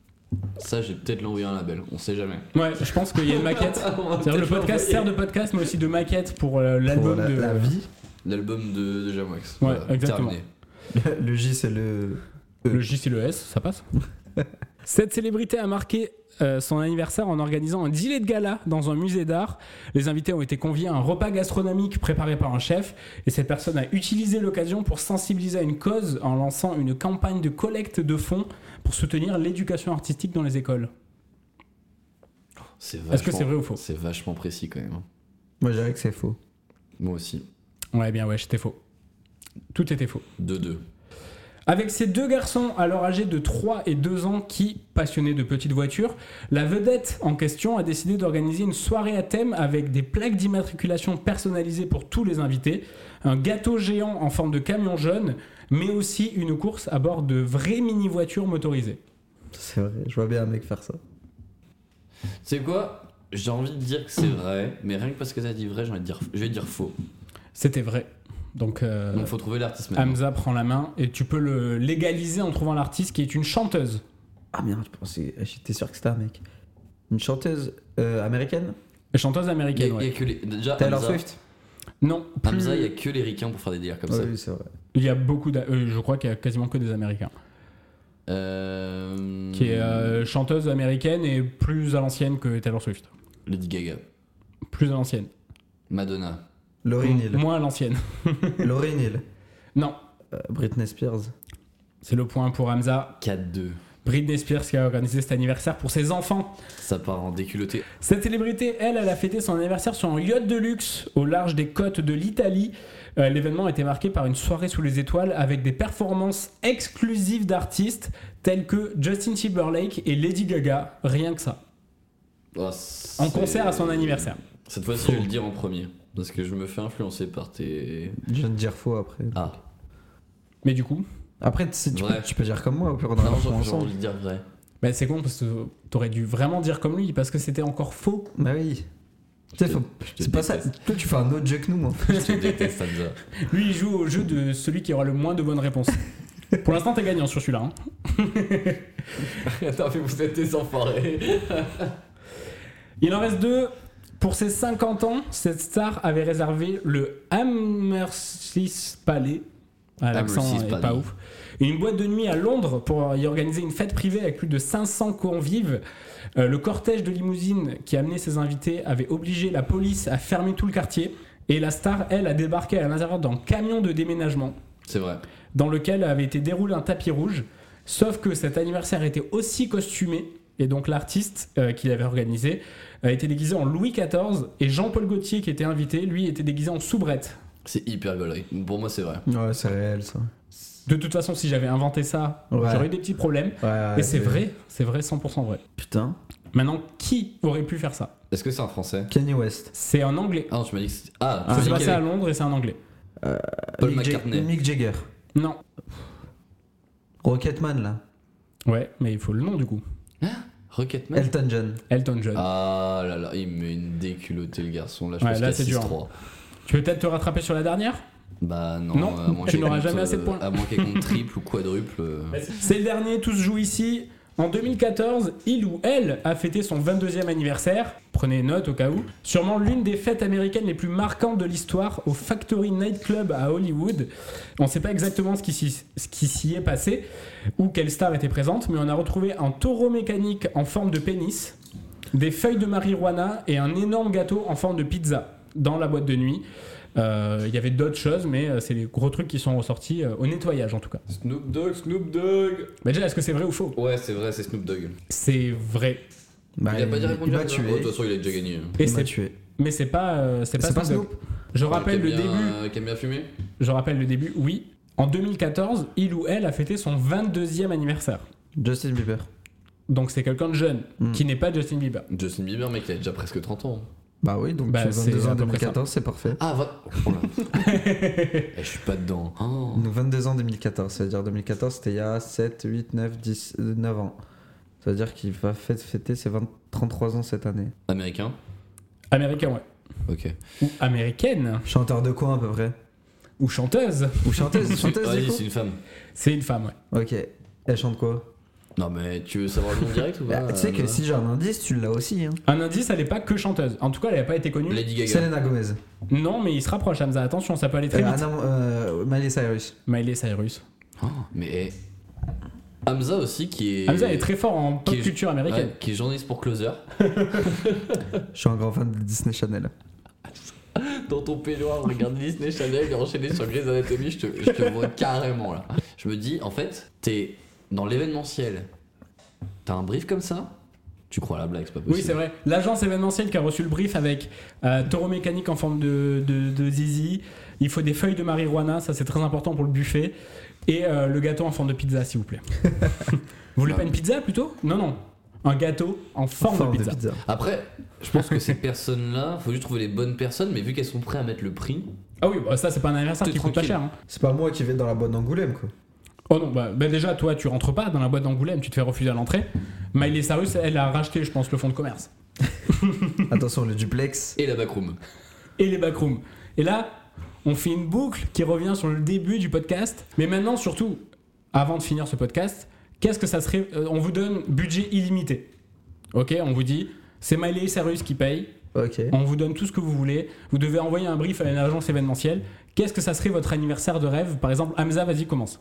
Ça, j'ai peut-être l'envoyer un label, on sait jamais. Ouais, je pense qu'il y a une maquette. C'est-à-dire le podcast sert de podcast, mais aussi de maquette pour euh, Pour l'album la, de. la vie. L'album de, de Jamwax. Ouais, exactement. terminé. Le J, c'est le. Le J, c'est le S, ça passe. Cette célébrité a marqué euh, son anniversaire en organisant un dîner de gala dans un musée d'art. Les invités ont été conviés à un repas gastronomique préparé par un chef et cette personne a utilisé l'occasion pour sensibiliser à une cause en lançant une campagne de collecte de fonds pour soutenir l'éducation artistique dans les écoles. C'est Est-ce que vachement- c'est vrai ou faux? C'est vachement précis quand même. hein. Moi, je dirais que c'est faux. Moi aussi. Ouais, bien ouais, c'était faux. Tout était faux. deux deux. Avec ces deux garçons alors âgés de trois et deux ans qui, passionnés de petites voitures, la vedette en question a décidé d'organiser une soirée à thème avec des plaques d'immatriculation personnalisées pour tous les invités, un gâteau géant en forme de camion jaune, mais aussi une course à bord de vraies mini-voitures motorisées. C'est vrai, je vois bien un mec faire ça. C'est quoi? J'ai envie de dire que c'est vrai, mais rien que parce que t'as dit vrai, j'ai envie de dire, je vais dire faux. C'était vrai. Donc, euh, Donc faut trouver l'artiste maintenant. Hamza prend la main et tu peux le légaliser en trouvant l'artiste qui est une chanteuse. Ah merde, je pensais. J'étais sûr que c'était un mec. Une chanteuse euh, américaine? Une chanteuse Il y a, américaine, il y a ouais. que les. Déjà, Taylor Hamza, Swift? Non, plus- Hamza, il y a que les ricains pour faire des délires comme ça. Oui, c'est vrai. il y a beaucoup d'a- euh, je crois qu'il y a quasiment que des Américains. Euh... Qui est euh, chanteuse américaine et plus à l'ancienne que Taylor Swift. Lady Gaga. Plus à l'ancienne. Madonna. Laurie Neal. Moins à l'ancienne. Laurie Neal. Non, Euh, Britney Spears. c'est le point pour Hamza. quatre deux. Britney Spears qui a organisé cet anniversaire pour ses enfants. Ça part en déculotté. Cette célébrité, elle, elle a fêté son anniversaire sur un yacht de luxe au large des côtes de l'Italie. Euh, L'événement a été marqué par une soirée sous les étoiles avec des performances exclusives d'artistes tels que Justin Timberlake et Lady Gaga. Rien que ça. Oh, En c'est- concert à son anniversaire. Cette fois-ci, je vais le dire en premier. Parce que je me fais influencer par tes. Je viens de dire faux après. Ah. Mais du coup, Après, si tu, peux, Vrai. tu peux dire comme moi, au pire, on a Non, un j'ai point j'ai ensemble. envie de dire vrai. bah, c'est con parce que t'aurais dû vraiment dire comme lui parce que c'était encore faux. Bah oui. Tu sais, faut- Je te c'est pas ça. déteste. Toi, tu fais un autre jeu que nous, moi. Je te déteste, Hamza. Lui, il joue au jeu de celui qui aura le moins de bonnes réponses. Pour l'instant, t'es gagnant sur celui-là. hein. Attends, mais vous êtes des enfoirés. Il en reste deux. Pour ses cinquante ans, cette star avait réservé le Hammersmith Palais Ah, l'accent merci, est Spani. pas ouf. Une boîte de nuit à Londres pour y organiser une fête privée avec plus de cinq cents convives. Euh, le cortège de limousine qui amenait ses invités avait obligé la police à fermer tout le quartier. Et la star, elle, a débarqué à l'intérieur d'un camion de déménagement C'est vrai. dans lequel avait été déroulé un tapis rouge. Sauf que cet anniversaire était aussi costumé. Et donc l'artiste euh, qui l'avait organisé a été déguisé en Louis quatorze. Et Jean-Paul Gaultier, qui était invité, lui, était déguisé en soubrette. C'est hyper gaulerie. Pour moi, c'est vrai. Ouais, c'est réel ça. De toute façon, si j'avais inventé ça, Ouais. j'aurais eu des petits problèmes. Ouais, ouais, Et c'est vrai, c'est vrai, cent pour cent vrai. Putain. Maintenant, qui aurait pu faire ça? Est-ce que c'est un français? Kanye West. C'est en anglais. Ah non, tu m'as dit que c'était. Ah, Ça tu s'est m'as dit passé qu'il y à avait- Londres et c'est en anglais. Paul Mick Ja- McCartney. Mick Jagger. Non. Rocketman là. Ouais, mais il faut le nom du coup. Rocketman. Elton John. Elton John. Ah là là, il me met une déculottée le garçon. Là, je Ouais, pense là, qu'il c'est y a dur. six trois. Tu veux peut-être te rattraper sur la dernière? Bah non, Non, à moins tu qu'il n'auras compte, jamais assez de euh, points. À moins qu'il compte triple ou quadruple. euh. C'est le dernier, tous jouent ici. En deux mille quatorze, il ou elle a fêté son vingt-deuxième anniversaire. Prenez note au cas où. Sûrement l'une des fêtes américaines les plus marquantes de l'histoire au Factory Nightclub à Hollywood. On ne sait pas exactement ce qui, s'y, ce qui s'y est passé ou quelle star était présente, mais on a retrouvé un taureau mécanique en forme de pénis, des feuilles de marijuana et un énorme gâteau en forme de pizza dans la boîte de nuit. Euh, Il y avait d'autres choses, mais euh, c'est les gros trucs qui sont ressortis euh, au nettoyage en tout cas. Snoop Dogg, Snoop Dogg. Mais déjà, est-ce que c'est vrai ou faux? Ouais, c'est vrai, c'est Snoop Dogg. C'est vrai. Bah, il a pas dit répondu il à m'a ça. tué. Oh, de toute façon, il a déjà gagné. Et Il c'est m'a tué. Mais c'est pas, euh, c'est pas C'est pas Snoop Dogg. Je rappelle le Qui aime bien- début. Qui aime bien fumer. Je rappelle le début. Oui. En deux mille quatorze, il ou elle a fêté son vingt-deuxième anniversaire. Justin Bieber. Donc c'est quelqu'un de jeune Mm. qui n'est pas Justin Bieber. Justin Bieber, mec, il a déjà presque trente ans. Bah oui, donc Bah, tu as c'est vingt-deux ans à en peu près deux mille quatorze, c'est parfait. Ah, va. Oh là. Eh, je suis pas dedans. Oh. Donc vingt-deux ans en deux mille quatorze, ça veut dire deux mille quatorze c'était il y a sept, huit, neuf, dix, euh, neuf ans. Ça veut dire qu'il va fête- fêter ses vingt, trente-trois ans cette année. Américain. Américain, ouais. Ok. Ou américaine. Chanteur de quoi à peu près? Ou chanteuse. Ou chanteuse, chanteuse Vas-y, du coup? c'est une femme. C'est une femme, ouais. Ok. Elle chante quoi? Non, mais tu veux savoir le nom direct ou pas? Bah, tu sais que euh, si j'ai un indice, tu l'as aussi. Hein. Un indice, elle n'est pas que chanteuse. En tout cas, elle n'a pas été connue. Lady Gaga. Selena Gomez. Non, mais il se rapproche, Hamza. Attention, ça peut aller très Euh, vite. ah non, euh, Miley Cyrus. Miley Cyrus. Oh, mais eh. Hamza aussi qui est. Hamza est très fort en pop qui est- culture américaine. Ouais, qui est journaliste pour Closer. Je suis un grand fan de Disney Channel. Dans ton peignoir, regarde Disney Channel et enchaîner sur Grey's Anatomy, je te, je te vois carrément là. Je me dis, en fait, t'es dans l'événementiel, t'as un brief comme ça, tu crois à la blague, c'est pas possible. Oui, c'est vrai. L'agence événementielle qui a reçu le brief avec euh, taureau mécanique en forme de, de, de zizi. Il faut des feuilles de marijuana, ça c'est très important pour le buffet. Et euh, le gâteau en forme de pizza, s'il vous plaît. Vous voulez Non. pas une pizza plutôt? Non, non. Un gâteau en forme, de, pizza. Après, je pense que ces personnes-là, faut juste trouver les bonnes personnes, mais vu qu'elles sont prêtes à mettre le prix, Ah oui, bah ça c'est pas un anniversaire T'es qui coûte pas tranquille. cher. Hein. C'est pas moi qui vais dans la boîte d'Angoulême quoi. Oh non, bah, bah déjà toi tu rentres pas dans la boîte d'Angoulême, tu te fais refuser à l'entrée. Miley Cyrus, elle a racheté, je pense, le fonds de commerce. Attention, le duplex. et la backroom. Et les backrooms. Et là, on fait une boucle qui revient sur le début du podcast. Mais maintenant, surtout, avant de finir ce podcast, qu'est-ce que ça serait euh, on vous donne budget illimité. Ok, on vous dit, c'est Miley Cyrus qui paye. Ok. On vous donne tout ce que vous voulez. Vous devez envoyer un brief à une agence événementielle. Qu'est-ce que ça serait votre anniversaire de rêve? Par exemple, Hamza, vas-y, commence.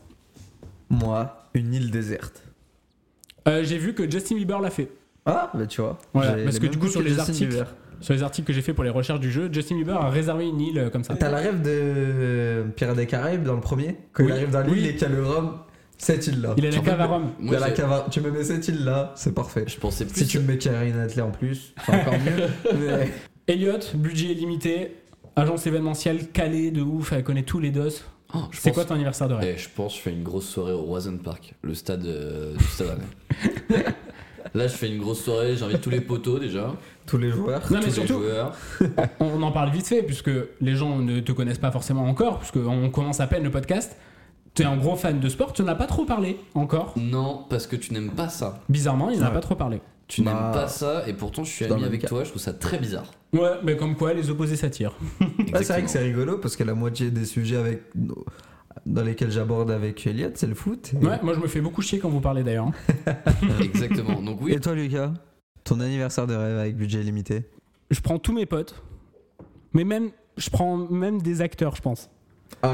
Moi, une île déserte. Euh, j'ai vu que Justin Bieber l'a fait. Ah, bah tu vois. Voilà, j'ai parce les que mêmes du coup, goûts sur que les Justin articles, Bieber. sur les articles que j'ai fait pour les recherches du jeu, Justin Bieber a réservé une île euh, comme ça. T'as la rêve de euh, Pirates des Caraïbes dans le premier? Quand Oui, il arrive dans l'île oui. et qu'il y a le rhum, cette île-là. Il a la En cave fait, à Rome. Il y Moi, a la j'ai- cave à- Tu me mets cette île-là, c'est parfait. je pensais plus. Si tu me mets Karine Atlet en plus, c'est encore mieux. Mais- Elliot, budget illimité, agence événementielle calée de ouf, elle connaît tous les dos. Oh, je C'est pense- quoi ton anniversaire de rêve? Eh, je pense que je fais une grosse soirée au Roison Park, le stade euh, du stade Rennais. Là, je fais une grosse soirée, j'invite tous les poteaux déjà, Tous les joueurs. Non mais tous surtout, les joueurs. on en parle vite fait puisque les gens ne te connaissent pas forcément encore, puisqu'on commence à peine le podcast. Tu es un gros fan de sport, tu n'en as pas trop parlé encore. Non, parce que tu n'aimes pas ça. Bizarrement, il n'en a Ouais. pas trop parlé. Tu Bah, n'aimes pas ça, et pourtant je suis dans ami le avec cas. toi, je trouve ça très bizarre. Ouais, mais comme quoi les opposés s'attirent. Ouais, c'est vrai que Exactement. c'est rigolo parce que la moitié des sujets avec, dans lesquels j'aborde avec Elliot, c'est le foot. Et- Ouais, moi je me fais beaucoup chier quand vous parlez d'ailleurs. Exactement. Donc oui, Et toi, Lucas? Ton anniversaire de rêve avec budget limité? Je prends tous mes potes, mais même, je prends même des acteurs, je pense. Ah oui.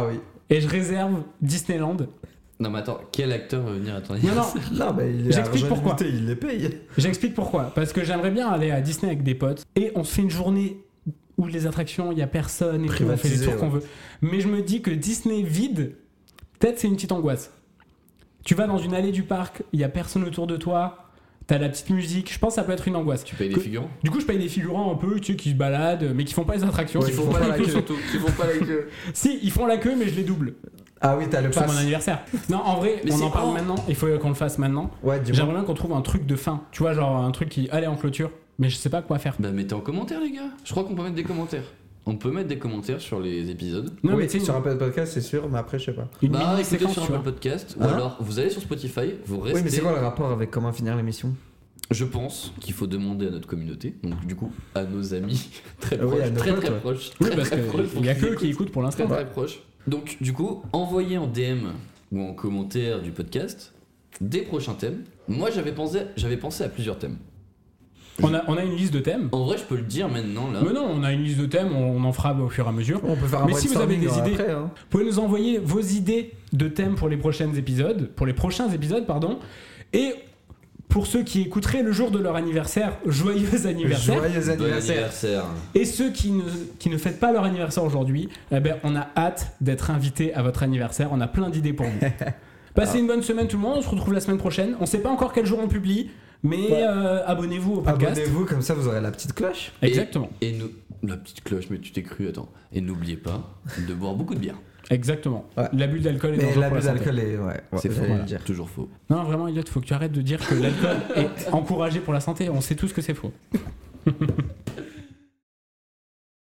et je réserve Disneyland. Non, mais attends, quel acteur va venir à ton Non, anniversaire? non, Non, mais il est J'explique argent pourquoi. limité, il les paye. j'explique pourquoi. Parce que j'aimerais bien aller à Disney avec des potes et on se fait une journée où les attractions, il y a personne et tout, on fait les Privatisé, tours qu'on ouais. veut. Mais je me dis que Disney vide, peut-être c'est une petite angoisse. Tu vas dans une allée du parc, il y a personne autour de toi, t'as la petite musique, je pense que ça peut être une angoisse. Tu payes des Que- figurants? Du coup, je paye des figurants un peu, tu sais, qui se baladent, mais qui font pas les attractions. Ouais, Qui ils font font pas pas la la queue. queue. Surtout, ils font pas la queue. Si, ils font la queue, mais je les double. Ah oui, t'as le C'est mon pass. anniversaire. Non, en vrai, Mais on c'est en parle quand maintenant, il faut qu'on le fasse maintenant. Ouais, dis-moi. J'aimerais bien qu'on trouve un truc de fin. Tu vois, genre un truc qui allait en clôture, mais je sais pas quoi faire. Bah, mettez en commentaire, les gars. Je crois qu'on peut mettre des commentaires. On peut mettre des commentaires sur les épisodes. Non, oui, mais tu sais, sur un podcast, c'est sûr, mais après, je sais pas. une Bah, mini écoutez séquence, sur tu vois. Apple Podcast, ou Hein alors vous allez sur Spotify, vous restez. Oui, mais c'est quoi le rapport avec comment finir l'émission? Je pense qu'il faut demander à notre communauté, donc du coup à nos amis très Ah oui, proches, à nos très potes, très ouais. proches, Oui, très, parce très proches, qu'il y a pour que qu'ils qui écoutent pour très l'instant. très proches. Donc du coup, envoyez en D M ou en commentaire du podcast des prochains thèmes. Moi j'avais pensé, j'avais pensé à plusieurs thèmes. On a, on a une liste de thèmes. En vrai, je peux le dire maintenant là. Mais non, on a une liste de thèmes, on en fera au fur et à mesure. On peut faire un Mais si vous avez des brainstorming idées- après, hein. Vous pouvez nous envoyer vos idées de thèmes pour les prochains épisodes, pour les prochains épisodes, pardon. Et pour ceux qui écouteraient le jour de leur anniversaire, joyeux anniversaire. Joyeux Bon anniversaire. anniversaire. Et ceux qui ne, qui ne fêtent pas leur anniversaire aujourd'hui, eh ben, on a hâte d'être invités à votre anniversaire. On a plein d'idées pour vous. Passez une bonne semaine tout le monde, on se retrouve la semaine prochaine. On sait pas encore quel jour on publie, mais Ouais. euh, abonnez-vous au podcast. Abonnez-vous, comme ça vous aurez la petite cloche. Exactement. Et nous, la petite cloche, mais tu t'es cru, attends. Et n'oubliez pas de boire beaucoup de bière. Exactement. Ouais. L'abus d'alcool est Mais dangereux pour l'abus la santé. d'alcool est. Ouais, ouais, C'est faux, j'allais voilà. le dire. Toujours faux. Non, vraiment, Elliot, faut que tu arrêtes de dire que l'alcool est encouragé pour la santé. On sait tous que c'est faux.